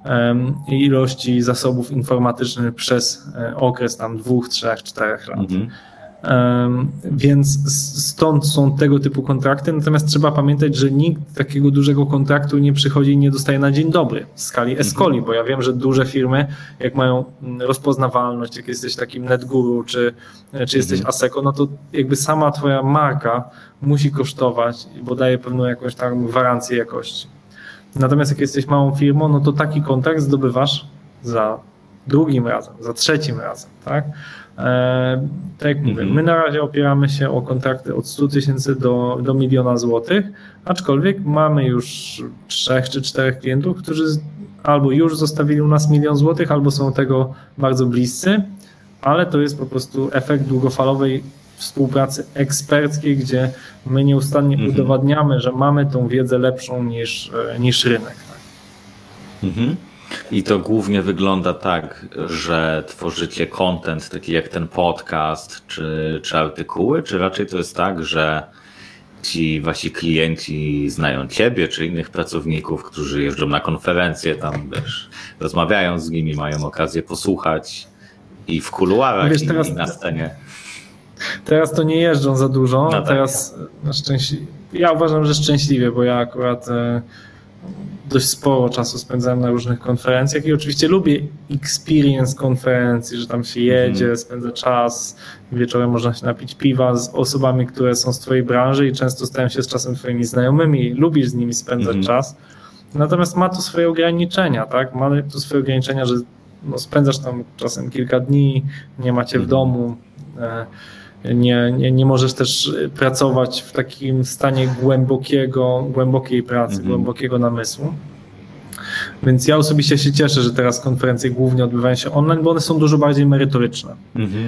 ilości zasobów informatycznych przez okres tam dwóch, trzech, czterech lat. Mhm. Um, więc stąd są tego typu kontrakty, natomiast trzeba pamiętać, że nikt takiego dużego kontraktu nie przychodzi i nie dostaje na dzień dobry w skali Escoli, bo ja wiem, że duże firmy, jak mają rozpoznawalność, jak jesteś takim NetGuru, czy, czy jesteś Asseco, no to jakby sama twoja marka musi kosztować, bo daje pewną jakąś tam gwarancję jakości. Natomiast jak jesteś małą firmą, no to taki kontrakt zdobywasz za drugim razem, za trzecim razem, tak? E, tak jak mówię, my na razie opieramy się o kontrakty od stu tysięcy do, do miliona złotych, aczkolwiek mamy już trzech czy czterech klientów, którzy albo już zostawili u nas milion złotych, albo są tego bardzo bliscy, ale to jest po prostu efekt długofalowej współpracy eksperckiej, gdzie my nieustannie mhm. udowadniamy, że mamy tą wiedzę lepszą niż, niż rynek. Tak? Mhm. I to głównie wygląda tak, że tworzycie content taki jak ten podcast czy, czy artykuły, czy raczej to jest tak, że ci wasi klienci znają ciebie czy innych pracowników, którzy jeżdżą na konferencje, tam wiesz, rozmawiają z nimi, mają okazję posłuchać i w kuluarach, wiesz, teraz, i na scenie. Teraz to nie jeżdżą za dużo, no tak. Teraz na szczęście, ja uważam, że szczęśliwie, bo ja akurat dość sporo czasu spędzałem na różnych konferencjach i oczywiście lubię experience konferencji, że tam się jedzie, mm. spędza czas, wieczorem można się napić piwa z osobami, które są z twojej branży i często stają się z czasem twoimi znajomymi, lubisz z nimi spędzać mm. czas. Natomiast ma to swoje ograniczenia, tak? Ma to swoje ograniczenia, że no, spędzasz tam czasem kilka dni, nie macie w domu, Nie, nie, nie możesz też pracować w takim stanie głębokiego, głębokiej pracy, mm-hmm. głębokiego namysłu. Więc ja osobiście się cieszę, że teraz konferencje głównie odbywają się online, bo one są dużo bardziej merytoryczne. Mm-hmm.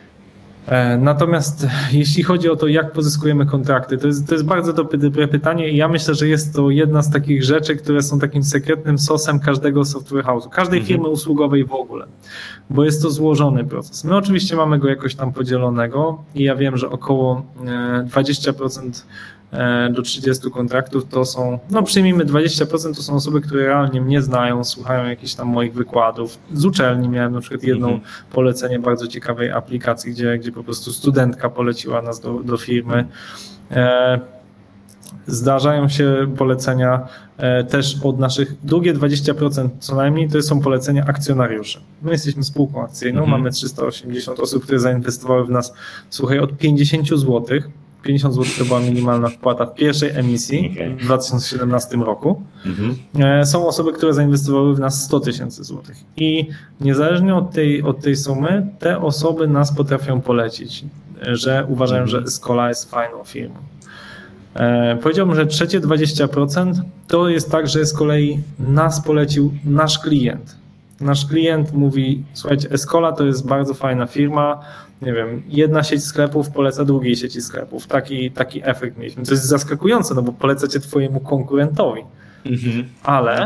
Natomiast jeśli chodzi o to, jak pozyskujemy kontrakty, to jest, to jest bardzo dobre pytanie i ja myślę, że jest to jedna z takich rzeczy, które są takim sekretnym sosem każdego software house'u, każdej mhm. firmy usługowej w ogóle, bo jest to złożony proces. My oczywiście mamy go jakoś tam podzielonego i ja wiem, że około dwadzieścia procent do trzydziestu kontraktów to są, no przyjmijmy dwadzieścia procent to są osoby, które realnie mnie znają, słuchają jakichś tam moich wykładów. Z uczelni miałem na przykład jedno mm-hmm. polecenie bardzo ciekawej aplikacji, gdzie, gdzie po prostu studentka poleciła nas do, do firmy. E, zdarzają się polecenia e, też od naszych, drugie dwadzieścia procent co najmniej to są polecenia akcjonariuszy. My jesteśmy spółką akcyjną, mm-hmm. mamy trzysta osiemdziesiąt osób, które zainwestowały w nas, słuchaj, od pięćdziesiąt złotych. pięćdziesiąt złotych to była minimalna wpłata w pierwszej emisji okay. w dwa tysiące siedemnastym roku. Mm-hmm. Są osoby, które zainwestowały w nas sto tysięcy złotych i niezależnie od tej, od tej sumy te osoby nas potrafią polecić, że uważają, mm-hmm. że Escola jest fajną firmą. E, powiedziałbym, że trzecie dwadzieścia procent to jest tak, że z kolei nas polecił nasz klient. Nasz klient mówi, słuchajcie, Escola to jest bardzo fajna firma, nie wiem, jedna sieć sklepów poleca drugiej sieci sklepów. Taki, taki efekt mieliśmy. To jest zaskakujące, no bo polecacie twojemu konkurentowi. Mm-hmm. Ale no tak.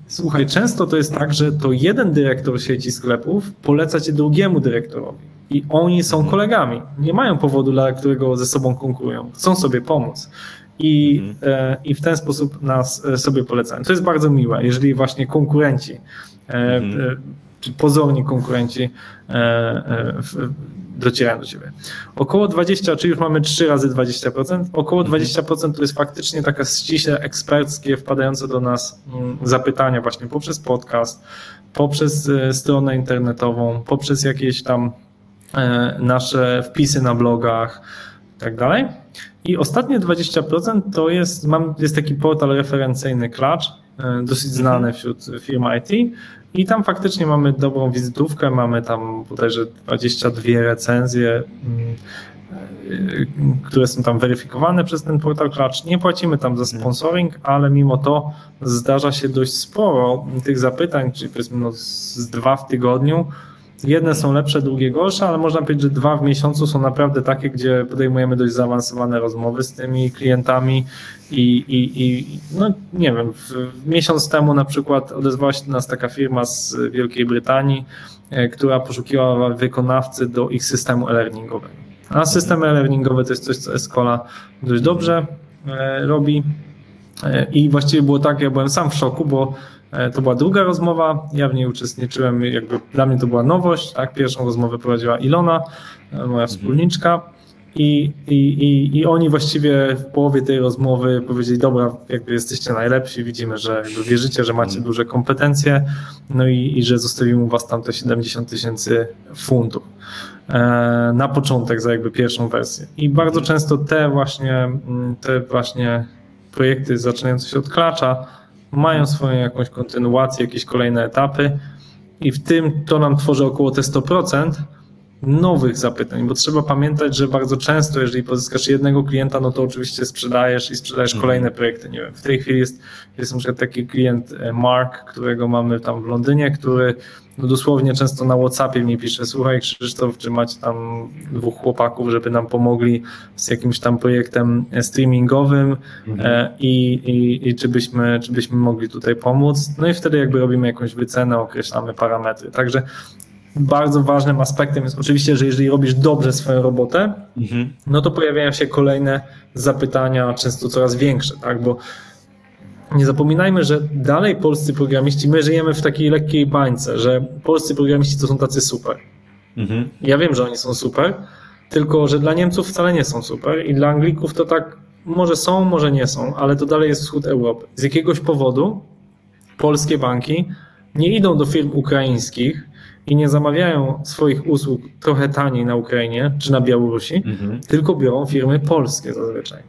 Słuchaj, często to jest tak, że to jeden dyrektor sieci sklepów poleca cię drugiemu dyrektorowi i oni są kolegami. Nie mają powodu, dla którego ze sobą konkurują. Chcą sobie pomóc. I, mhm. e, I w ten sposób nas sobie polecają. To jest bardzo miłe, jeżeli właśnie konkurenci, mhm. e, czy pozorni konkurenci e, e, w, docierają do ciebie. Około dwadzieścia procent, czyli już mamy trzy razy dwadzieścia procent, około dwadzieścia procent to jest faktycznie taka ściśle eksperckie, wpadające do nas zapytania właśnie poprzez podcast, poprzez stronę internetową, poprzez jakieś tam nasze wpisy na blogach i tak dalej. I ostatnie dwadzieścia procent to jest, mam, jest taki portal referencyjny Clutch, dosyć znany wśród firm I T. I tam faktycznie mamy dobrą wizytówkę, mamy tam bodajże dwadzieścia dwie recenzje, które są tam weryfikowane przez ten portal Clutch. Nie płacimy tam za sponsoring, ale mimo to zdarza się dość sporo tych zapytań, czyli powiedzmy no z dwa w tygodniu. Jedne są lepsze, drugie gorsze, ale można powiedzieć, że dwa w miesiącu są naprawdę takie, gdzie podejmujemy dość zaawansowane rozmowy z tymi klientami i, i, i no nie wiem, w, miesiąc temu na przykład odezwała się do nas taka firma z Wielkiej Brytanii, która poszukiwała wykonawcy do ich systemu e-learningowego. A system e-learningowy to jest coś, co Escola dość dobrze robi i właściwie było tak, ja byłem sam w szoku, bo to była druga rozmowa, ja w niej uczestniczyłem, jakby dla mnie to była nowość, tak? Pierwszą rozmowę prowadziła Ilona, moja wspólniczka i, i, i, i oni właściwie w połowie tej rozmowy powiedzieli, dobra, jakby jesteście najlepsi, widzimy, że jakby wierzycie, że macie duże kompetencje, no i, i że zostawimy u was tam te siedemdziesiąt tysięcy funtów na początek za jakby pierwszą wersję. I bardzo często te właśnie, te właśnie projekty zaczynające się od Clutcha mają swoją jakąś kontynuację, jakieś kolejne etapy i w tym to nam tworzy około te sto procent nowych zapytań, bo trzeba pamiętać, że bardzo często, jeżeli pozyskasz jednego klienta, no to oczywiście sprzedajesz i sprzedajesz kolejne projekty. Nie wiem, w tej chwili jest, jest na przykład taki klient Mark, którego mamy tam w Londynie, który no dosłownie często na WhatsAppie mi pisze, słuchaj Krzysztof, czy macie tam dwóch chłopaków, żeby nam pomogli z jakimś tam projektem streamingowym mhm. i, i, i czy, byśmy, czy byśmy mogli tutaj pomóc. No i wtedy jakby robimy jakąś wycenę, określamy parametry. Także bardzo ważnym aspektem jest oczywiście, że jeżeli robisz dobrze swoją robotę, mhm. no to pojawiają się kolejne zapytania, często coraz większe, tak? Bo nie zapominajmy, że dalej polscy programiści, my żyjemy w takiej lekkiej bańce, że polscy programiści to są tacy super. Mhm. Ja wiem, że oni są super, tylko że dla Niemców wcale nie są super i dla Anglików to tak może są, może nie są, ale to dalej jest wschód Europy. Z jakiegoś powodu polskie banki nie idą do firm ukraińskich i nie zamawiają swoich usług trochę taniej na Ukrainie czy na Białorusi, mhm. tylko biorą firmy polskie zazwyczaj.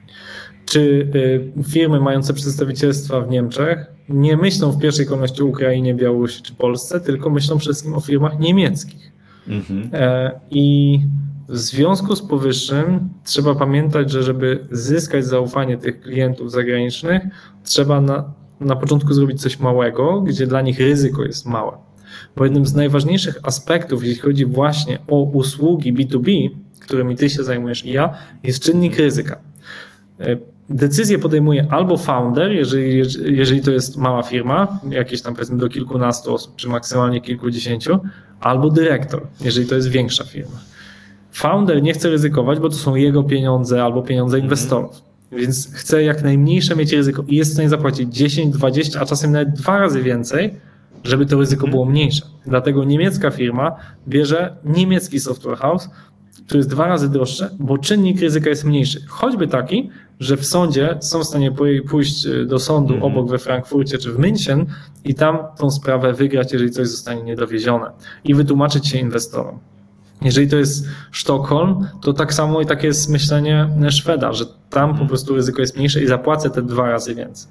Czy firmy mające przedstawicielstwa w Niemczech nie myślą w pierwszej kolejności o Ukrainie, Białorusi czy Polsce, tylko myślą przede wszystkim o firmach niemieckich. Mhm. I w związku z powyższym trzeba pamiętać, że żeby zyskać zaufanie tych klientów zagranicznych, trzeba na, na początku zrobić coś małego, gdzie dla nich ryzyko jest małe. Bo jednym z najważniejszych aspektów, jeśli chodzi właśnie o usługi B dwa B, którymi ty się zajmujesz i ja, jest czynnik ryzyka. Decyzję podejmuje albo founder, jeżeli, jeżeli to jest mała firma, jakieś tam powiedzmy do kilkunastu osób, czy maksymalnie kilkudziesięciu, albo dyrektor, jeżeli to jest większa firma. Founder nie chce ryzykować, bo to są jego pieniądze albo pieniądze inwestorów, więc chce jak najmniejsze mieć ryzyko i jest w stanie zapłacić dziesięć, dwadzieścia, a czasem nawet dwa razy więcej, żeby to ryzyko było mniejsze. Dlatego niemiecka firma bierze niemiecki software house, który jest dwa razy droższy, bo czynnik ryzyka jest mniejszy. Choćby taki, że w sądzie są w stanie pójść do sądu mm-hmm. obok we Frankfurcie czy w München i tam tą sprawę wygrać, jeżeli coś zostanie niedowiezione i wytłumaczyć się inwestorom. Jeżeli to jest Sztokholm, to tak samo i takie jest myślenie Szweda, że tam po prostu ryzyko jest mniejsze i zapłacę te dwa razy więcej.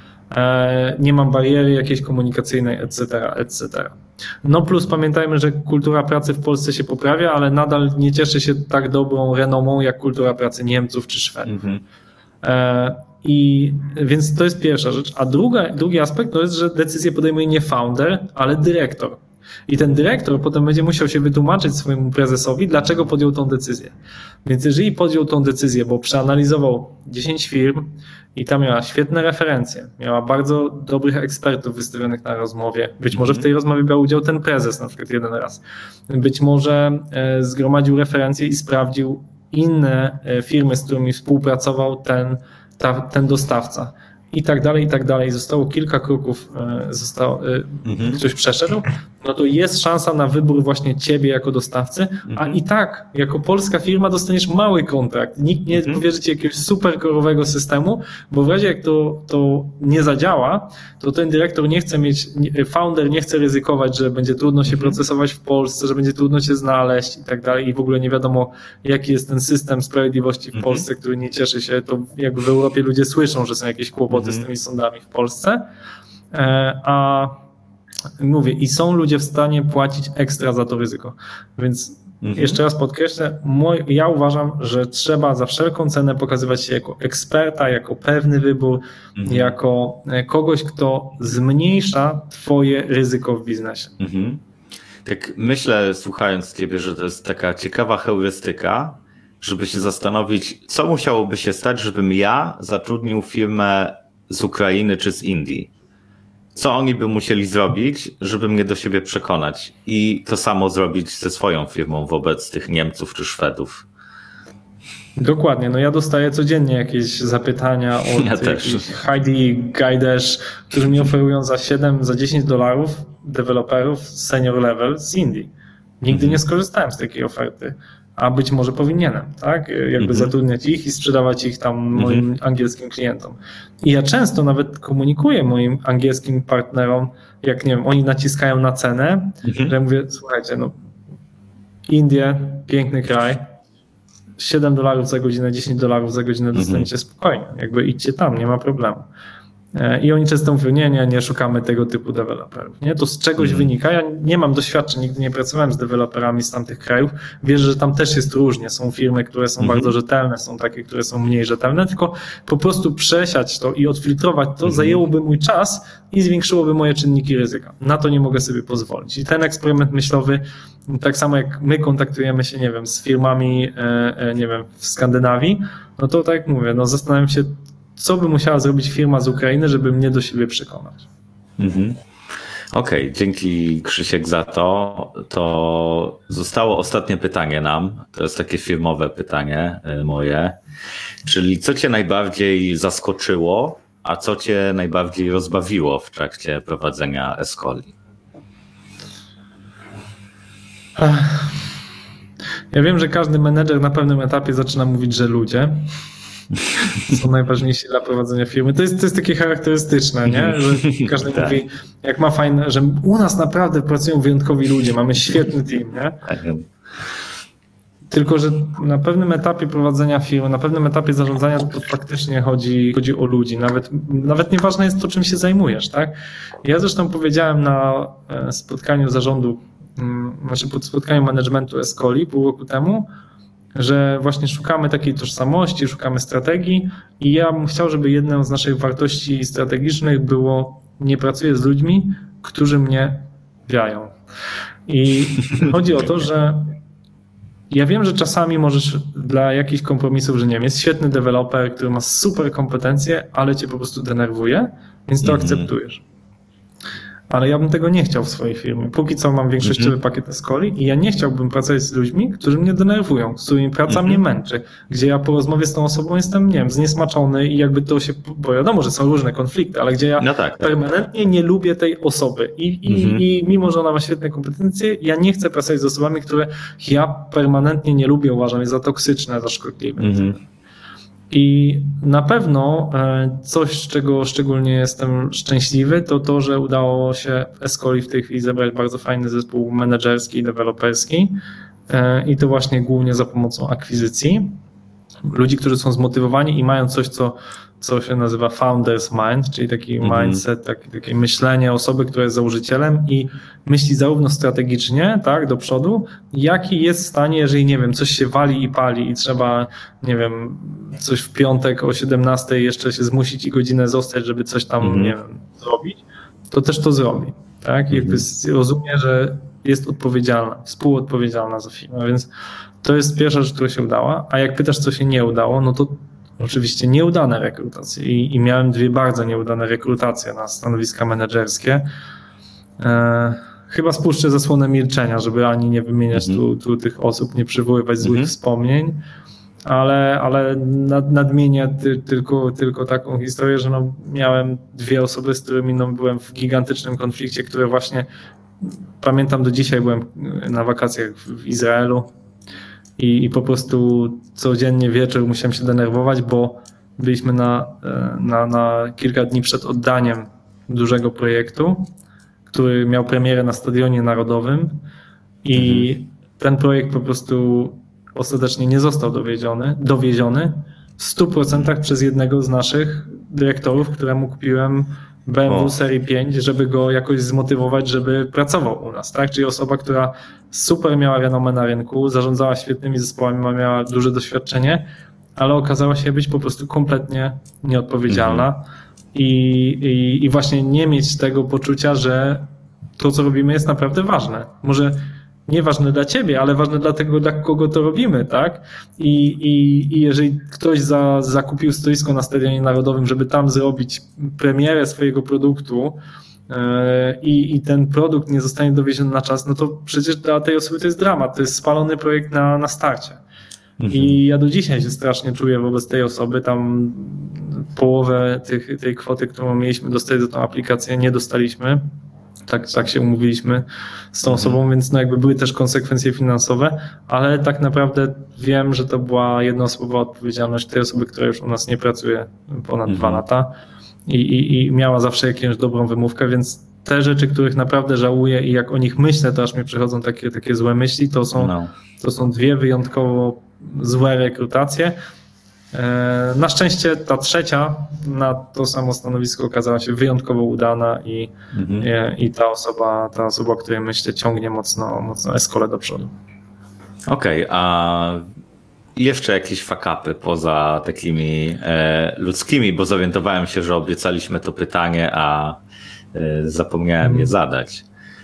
Nie mam bariery jakiejś komunikacyjnej, et cetera, et cetera. No plus pamiętajmy, że kultura pracy w Polsce się poprawia, ale nadal nie cieszy się tak dobrą renomą jak kultura pracy Niemców czy Szwedów. Mm-hmm. I więc to jest pierwsza rzecz. A druga, drugi aspekt to jest, że decyzję podejmuje nie founder, ale dyrektor. I ten dyrektor potem będzie musiał się wytłumaczyć swojemu prezesowi, dlaczego podjął tą decyzję. Więc jeżeli podjął tą decyzję, bo przeanalizował dziesięć firm i tam miała świetne referencje, miała bardzo dobrych ekspertów wystawionych na rozmowie, być może w tej rozmowie brał udział ten prezes na przykład jeden raz, być może zgromadził referencje i sprawdził inne firmy, z którymi współpracował ten, ta, ten dostawca. I tak dalej, i tak dalej. Zostało kilka kroków, zostało, mhm. ktoś przeszedł, no to jest szansa na wybór właśnie ciebie jako dostawcy, mhm. a i tak jako polska firma dostaniesz mały kontrakt. Nikt nie mhm. powierzy ci jakiegoś super korowego systemu, bo w razie jak to, to nie zadziała, to ten dyrektor nie chce mieć, founder nie chce ryzykować, że będzie trudno się mhm. procesować w Polsce, że będzie trudno się znaleźć i tak dalej i w ogóle nie wiadomo jaki jest ten system sprawiedliwości w mhm. Polsce, który nie cieszy się, to jakby w Europie ludzie słyszą, że są jakieś kłopoty z tymi sądami w Polsce, a mówię, i są ludzie w stanie płacić ekstra za to ryzyko. Więc mhm. jeszcze raz podkreślę, mój, ja uważam, że trzeba za wszelką cenę pokazywać się jako eksperta, jako pewny wybór, mhm. jako kogoś, kto zmniejsza twoje ryzyko w biznesie. Mhm. Tak myślę, słuchając ciebie, że to jest taka ciekawa heurystyka, żeby się zastanowić, co musiałoby się stać, żebym ja zatrudnił firmę z Ukrainy czy z Indii. Co oni by musieli zrobić, żeby mnie do siebie przekonać i to samo zrobić ze swoją firmą wobec tych Niemców czy Szwedów. Dokładnie, no ja dostaję codziennie jakieś zapytania od ja Heidi Gajdesz, którzy mi oferują za siedem, za dziesięć dolarów deweloperów senior level z Indii. Nigdy mhm. nie skorzystałem z takiej oferty. A być może powinienem, tak? Jakby mhm. zatrudniać ich i sprzedawać ich tam moim mhm. angielskim klientom. I ja często nawet komunikuję moim angielskim partnerom, jak nie wiem, oni naciskają na cenę, mhm. że ja mówię, słuchajcie, no Indie, piękny kraj, siedem dolarów za godzinę, dziesięć dolarów za godzinę dostaniecie mhm. spokojnie, jakby idźcie tam, nie ma problemu. I oni często mówią, nie, nie, nie szukamy tego typu deweloperów. Nie? To z czegoś mm. wynika. Ja nie mam doświadczeń, nigdy nie pracowałem z deweloperami z tamtych krajów. Wierzę, że tam też jest różnie. Są firmy, które są mm. bardzo rzetelne, są takie, które są mniej rzetelne, tylko po prostu przesiać to i odfiltrować to mm. zajęłoby mój czas i zwiększyłoby moje czynniki ryzyka. Na to nie mogę sobie pozwolić. I ten eksperyment myślowy, tak samo jak my kontaktujemy się, nie wiem, z firmami, nie wiem, w Skandynawii, no to tak jak mówię, no zastanawiam się, co by musiała zrobić firma z Ukrainy, żeby mnie do siebie przekonać. Mhm. Okej, okay, dzięki Krzysiek za to. To zostało ostatnie pytanie nam. To jest takie firmowe pytanie moje. Czyli co cię najbardziej zaskoczyło, a co cię najbardziej rozbawiło w trakcie prowadzenia Escoli? Ja wiem, że każdy menedżer na pewnym etapie zaczyna mówić, że ludzie są najważniejsi dla prowadzenia firmy. To jest, to jest takie charakterystyczne, nie? Że każdy tak. mówi, jak ma fajne, że u nas naprawdę pracują wyjątkowi ludzie, mamy świetny team, nie? Tylko, że na pewnym etapie prowadzenia firmy, na pewnym etapie zarządzania to faktycznie chodzi, chodzi o ludzi. Nawet, nawet nieważne jest to, czym się zajmujesz, tak? Ja zresztą powiedziałem na spotkaniu zarządu, znaczy pod spotkaniu managementu Escoli pół roku temu, że właśnie szukamy takiej tożsamości, szukamy strategii i ja bym chciał, żeby jedną z naszych wartości strategicznych było nie pracuję z ludźmi, którzy mnie wiają. I chodzi o to, że ja wiem, że czasami możesz dla jakichś kompromisów, że nie wiem, jest świetny deweloper, który ma super kompetencje, ale cię po prostu denerwuje, więc to mm-hmm. akceptujesz. Ale ja bym tego nie chciał w swojej firmie. Póki co mam większościowy mm-hmm. pakiet Escoli i ja nie chciałbym pracować z ludźmi, którzy mnie denerwują, z którymi praca mm-hmm. mnie męczy, gdzie ja po rozmowie z tą osobą jestem, nie wiem, zniesmaczony i jakby to się, bo wiadomo, że są różne konflikty, ale gdzie ja no tak, permanentnie tak. nie lubię tej osoby I, i, mm-hmm. i mimo, że ona ma świetne kompetencje, ja nie chcę pracować z osobami, które ja permanentnie nie lubię, uważam je za toksyczne, za szkodliwe. Mm-hmm. I na pewno coś, z czego szczególnie jestem szczęśliwy, to to, że udało się w Escoli w tej chwili zebrać bardzo fajny zespół menedżerski i deweloperski i to właśnie głównie za pomocą akwizycji. Ludzi, którzy są zmotywowani i mają coś, co, co się nazywa founder's mind, czyli taki mm-hmm. mindset, taki, takie myślenie osoby, która jest założycielem i myśli zarówno strategicznie, tak, do przodu, jak i jest w stanie, jeżeli, nie wiem, coś się wali i pali i trzeba, nie wiem, coś w piątek o siedemnastej jeszcze się zmusić i godzinę zostać, żeby coś tam, mm-hmm. nie wiem, zrobić, to też to zrobi. tak? Mhm. Jakby rozumie, że jest odpowiedzialna, współodpowiedzialna za firmę, więc to jest pierwsza rzecz, która się udała, a jak pytasz, co się nie udało, no to oczywiście nieudane rekrutacje i, i miałem dwie bardzo nieudane rekrutacje na stanowiska menedżerskie. E, chyba spuszczę zasłonę milczenia, żeby ani nie wymieniać mhm. tu, tu tych osób, nie przywoływać złych mhm. wspomnień, ale, ale nad, nadmienię ty, tylko, tylko taką historię, że no miałem dwie osoby, z którymi no byłem w gigantycznym konflikcie, które właśnie pamiętam do dzisiaj, byłem na wakacjach w Izraelu i, i po prostu codziennie wieczór musiałem się denerwować, bo byliśmy na, na, na kilka dni przed oddaniem dużego projektu, który miał premierę na Stadionie Narodowym i mhm. ten projekt po prostu ostatecznie nie został dowieziony, dowieziony w stu procentach przez jednego z naszych dyrektorów, któremu kupiłem B M W o. serii pięć, żeby go jakoś zmotywować, żeby pracował u nas, tak? Czyli osoba, która super miała renomę na rynku, zarządzała świetnymi zespołami, miała duże doświadczenie, ale okazała się być po prostu kompletnie nieodpowiedzialna mhm. i, i, i właśnie nie mieć tego poczucia, że to, co robimy, jest naprawdę ważne. Może nie ważne dla ciebie, ale ważne dla tego, dla kogo to robimy, tak? I, i, i jeżeli ktoś za, zakupił stoisko na Stadionie Narodowym, żeby tam zrobić premierę swojego produktu yy, i, i ten produkt nie zostanie dowieziony na czas, no to przecież dla tej osoby to jest dramat, to jest spalony projekt na, na starcie. Mhm. I ja do dzisiaj się strasznie czuję wobec tej osoby, tam połowę tych, tej kwoty, którą mieliśmy dostać za tą aplikację, nie dostaliśmy. Tak, tak się umówiliśmy z tą osobą, więc no jakby były też konsekwencje finansowe, ale tak naprawdę wiem, że to była jednoosobowa odpowiedzialność tej osoby, która już u nas nie pracuje ponad mhm. dwa lata i, i, i miała zawsze jakąś dobrą wymówkę, więc te rzeczy, których naprawdę żałuję i jak o nich myślę, to aż mi przychodzą takie, takie złe myśli, to są, no. to są dwie wyjątkowo złe rekrutacje. Na szczęście ta trzecia na to samo stanowisko okazała się wyjątkowo udana i, mhm. i, i ta osoba, ta osoba, o której myślę, ciągnie mocno, mocno Escolę do przodu. Okej, okay, a jeszcze jakieś fuck-upy poza takimi e, ludzkimi, bo zorientowałem się, że obiecaliśmy to pytanie, a e, zapomniałem mhm. je zadać.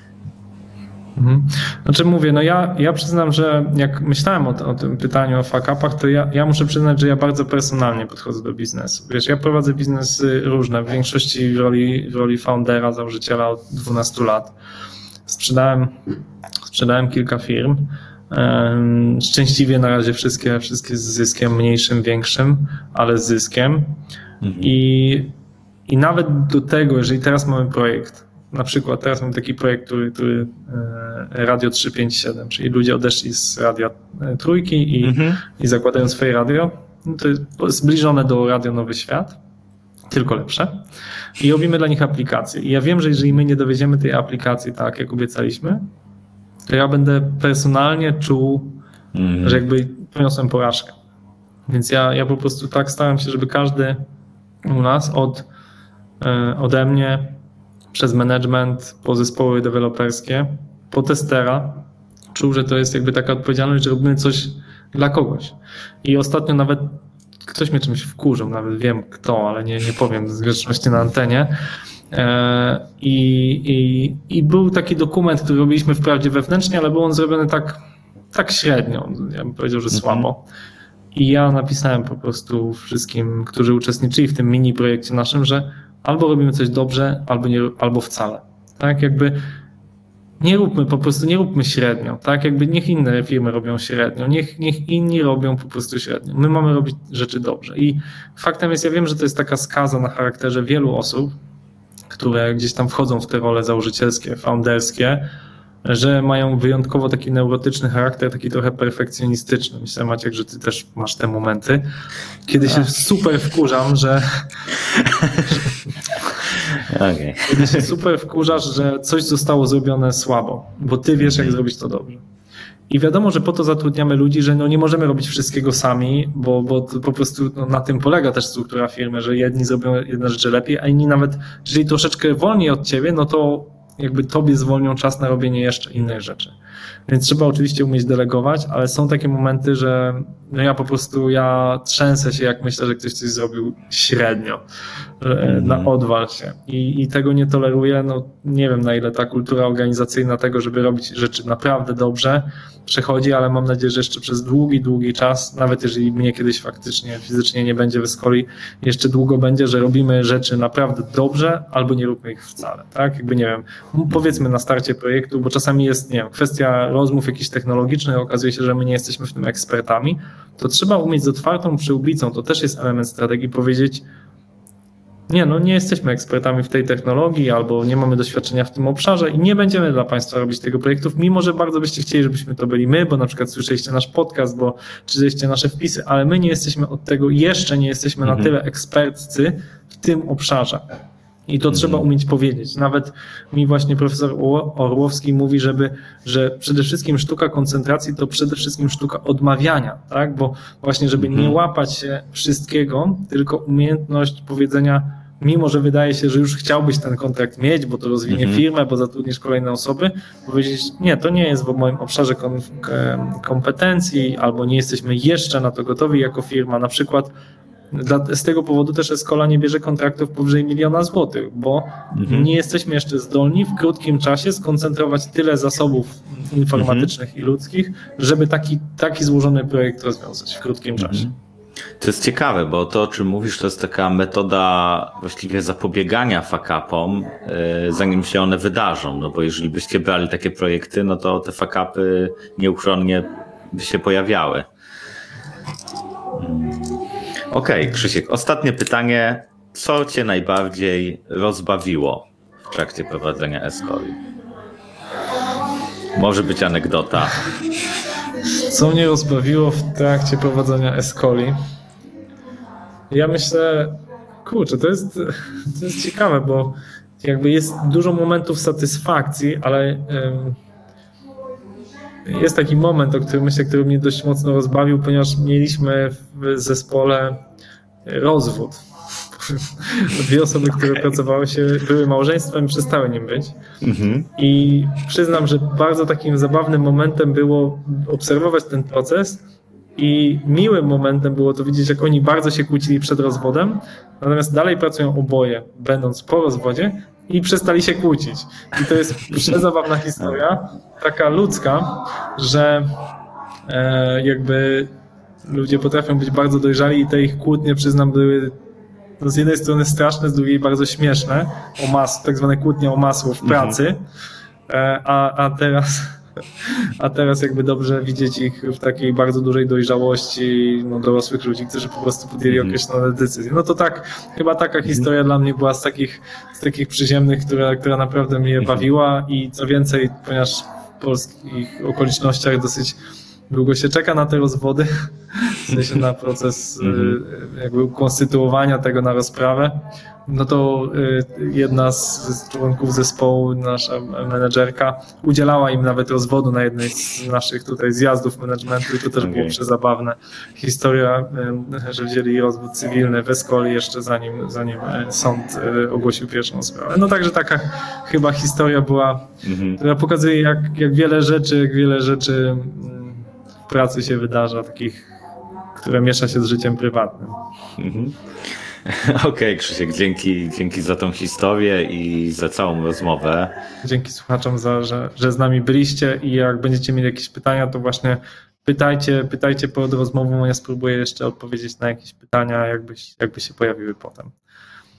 Mhm. Znaczy mówię, no ja, ja przyznam, że jak myślałem o, o tym pytaniu o fuck-upach, to ja, ja muszę przyznać, że ja bardzo personalnie podchodzę do biznesu. Wiesz, ja prowadzę biznesy różne, w większości w roli, w roli foundera, założyciela od dwunastu lat. Sprzedałem, sprzedałem kilka firm. Szczęśliwie na razie wszystkie, wszystkie z zyskiem mniejszym, większym, ale z zyskiem. Mhm. I, I nawet do tego, jeżeli teraz mamy projekt, na przykład teraz mam taki projekt, który, który Radio trzysta pięćdziesiąt siedem, czyli ludzie odeszli z radia trójki i, mhm. i zakładają swoje radio. To jest zbliżone do Radio Nowy Świat, tylko lepsze. I robimy dla nich aplikację. I ja wiem, że jeżeli my nie dowiedziemy tej aplikacji tak, jak obiecaliśmy, to ja będę personalnie czuł, mhm. że jakby poniosłem porażkę. Więc ja, ja po prostu tak staram się, żeby każdy u nas od, ode mnie przez management, po zespoły deweloperskie, po testera czuł, że to jest jakby taka odpowiedzialność, że robimy coś dla kogoś. I ostatnio nawet ktoś mnie czymś wkurzył, nawet wiem kto, ale nie, nie powiem z grzeczności na antenie. I, i, I był taki dokument, który robiliśmy wprawdzie wewnętrznie, ale był on zrobiony tak, tak średnio, ja bym powiedział, że słabo. I ja napisałem po prostu wszystkim, którzy uczestniczyli w tym mini projekcie naszym, że albo robimy coś dobrze, albo, nie, albo wcale. Tak, jakby nie róbmy, po prostu nie róbmy średnio. Tak, jakby niech inne firmy robią średnio, niech, niech inni robią po prostu średnio. My mamy robić rzeczy dobrze. I faktem jest, ja wiem, że to jest taka skaza na charakterze wielu osób, które gdzieś tam wchodzą w te role założycielskie, founderskie, że mają wyjątkowo taki neurotyczny charakter, taki trochę perfekcjonistyczny. Myślę, Maciek, że ty też masz te momenty, kiedy się super wkurzam, że okay. kiedy się super wkurzasz, że coś zostało zrobione słabo, bo ty wiesz, jak zrobić to dobrze. I wiadomo, że po to zatrudniamy ludzi, że no nie możemy robić wszystkiego sami, bo, bo po prostu no na tym polega też struktura firmy, że jedni zrobią jedne rzeczy lepiej, a inni nawet, jeżeli troszeczkę wolniej od ciebie, no to jakby tobie zwolnią czas na robienie jeszcze innych rzeczy. Więc trzeba oczywiście umieć delegować, ale są takie momenty, że no ja po prostu, ja trzęsę się, jak myślę, że ktoś coś zrobił średnio, mm. na odwal się I, i tego nie toleruję. No nie wiem, na ile ta kultura organizacyjna tego, żeby robić rzeczy naprawdę dobrze przechodzi, ale mam nadzieję, że jeszcze przez długi, długi czas, nawet jeżeli mnie kiedyś faktycznie fizycznie nie będzie w Escoli, jeszcze długo będzie, że robimy rzeczy naprawdę dobrze albo nie róbmy ich wcale, tak? Jakby nie wiem, powiedzmy na starcie projektu, bo czasami jest, nie wiem, kwestia rozmów jakichś technologicznych, okazuje się, że my nie jesteśmy w tym ekspertami, to trzeba umieć z otwartą przyłbicą, to też jest element strategii, powiedzieć: nie, no nie jesteśmy ekspertami w tej technologii albo nie mamy doświadczenia w tym obszarze i nie będziemy dla Państwa robić tego projektów, mimo że bardzo byście chcieli, żebyśmy to byli my, bo na przykład słyszeliście nasz podcast, bo czytaliście nasze wpisy, ale my nie jesteśmy od tego, jeszcze nie jesteśmy mhm. na tyle eksperccy w tym obszarze. I to trzeba umieć powiedzieć. Nawet mi właśnie profesor Orłowski mówi, żeby, że przede wszystkim sztuka koncentracji to przede wszystkim sztuka odmawiania, tak? Bo właśnie, żeby nie łapać się wszystkiego, tylko umiejętność powiedzenia, mimo że wydaje się, że już chciałbyś ten kontrakt mieć, bo to rozwinie mhm. firmę, bo zatrudnisz kolejne osoby, powiedzieć: nie, to nie jest w moim obszarze kompetencji, albo nie jesteśmy jeszcze na to gotowi jako firma. Na przykład z tego powodu też Escola nie bierze kontraktów powyżej miliona złotych, bo mhm. nie jesteśmy jeszcze zdolni w krótkim czasie skoncentrować tyle zasobów informatycznych mhm. i ludzkich, żeby taki, taki złożony projekt rozwiązać w krótkim czasie. Mhm. To jest ciekawe, bo to, o czym mówisz, to jest taka metoda właściwie zapobiegania fuck-upom, yy, zanim się one wydarzą. No bo jeżeli byście brali takie projekty, no to te fuck-upy nieuchronnie by się pojawiały. Hmm. Okej, okay, Krzysiek, ostatnie pytanie. Co cię najbardziej rozbawiło w trakcie prowadzenia Escoli? Może być anegdota. Co mnie rozbawiło w trakcie prowadzenia Escoli? Ja myślę, kurczę, to jest, to jest ciekawe, bo jakby jest dużo momentów satysfakcji, ale um, jest taki moment, o którym myślę, który mnie dość mocno rozbawił, ponieważ mieliśmy w zespole rozwód. Dwie osoby, które pracowały się, były małżeństwem, przestały nim być. Mhm. I przyznam, że bardzo takim zabawnym momentem było obserwować ten proces i miłym momentem było to widzieć, jak oni bardzo się kłócili przed rozwodem, natomiast dalej pracują oboje, będąc po rozwodzie, i przestali się kłócić. I to jest przezabawna historia, taka ludzka, że e, jakby ludzie potrafią być bardzo dojrzali i te ich kłótnie, przyznam, były no z jednej strony straszne, z drugiej bardzo śmieszne, o mas, tak zwane kłótnie o masło w pracy, e, a, a teraz a teraz jakby dobrze widzieć ich w takiej bardzo dużej dojrzałości, no, dorosłych ludzi, którzy po prostu podjęli określone decyzje. No to tak, chyba taka historia dla mnie była z takich, z takich przyziemnych, która, która naprawdę mnie bawiła i co więcej, ponieważ w polskich okolicznościach dosyć długo się czeka na te rozwody, w sensie na proces jakby ukonstytuowania tego na rozprawę, no to jedna z członków zespołu, nasza menedżerka, udzielała im nawet rozwodu na jednej z naszych tutaj zjazdów managementu i to też okay. było przezabawne. Historia, że wzięli rozwód cywilny w Escoli jeszcze zanim, zanim sąd ogłosił pierwszą sprawę. No także taka chyba historia była, mhm. która pokazuje jak, jak wiele rzeczy, jak wiele rzeczy w pracy się wydarza, takich, które miesza się z życiem prywatnym. Mhm. Okej, okay, Krzysiek, dzięki, dzięki za tą historię i za całą rozmowę. Dzięki słuchaczom, za, że, że z nami byliście i jak będziecie mieli jakieś pytania, to właśnie pytajcie, pytajcie pod rozmową, ja spróbuję jeszcze odpowiedzieć na jakieś pytania, jakby, jakby się pojawiły potem.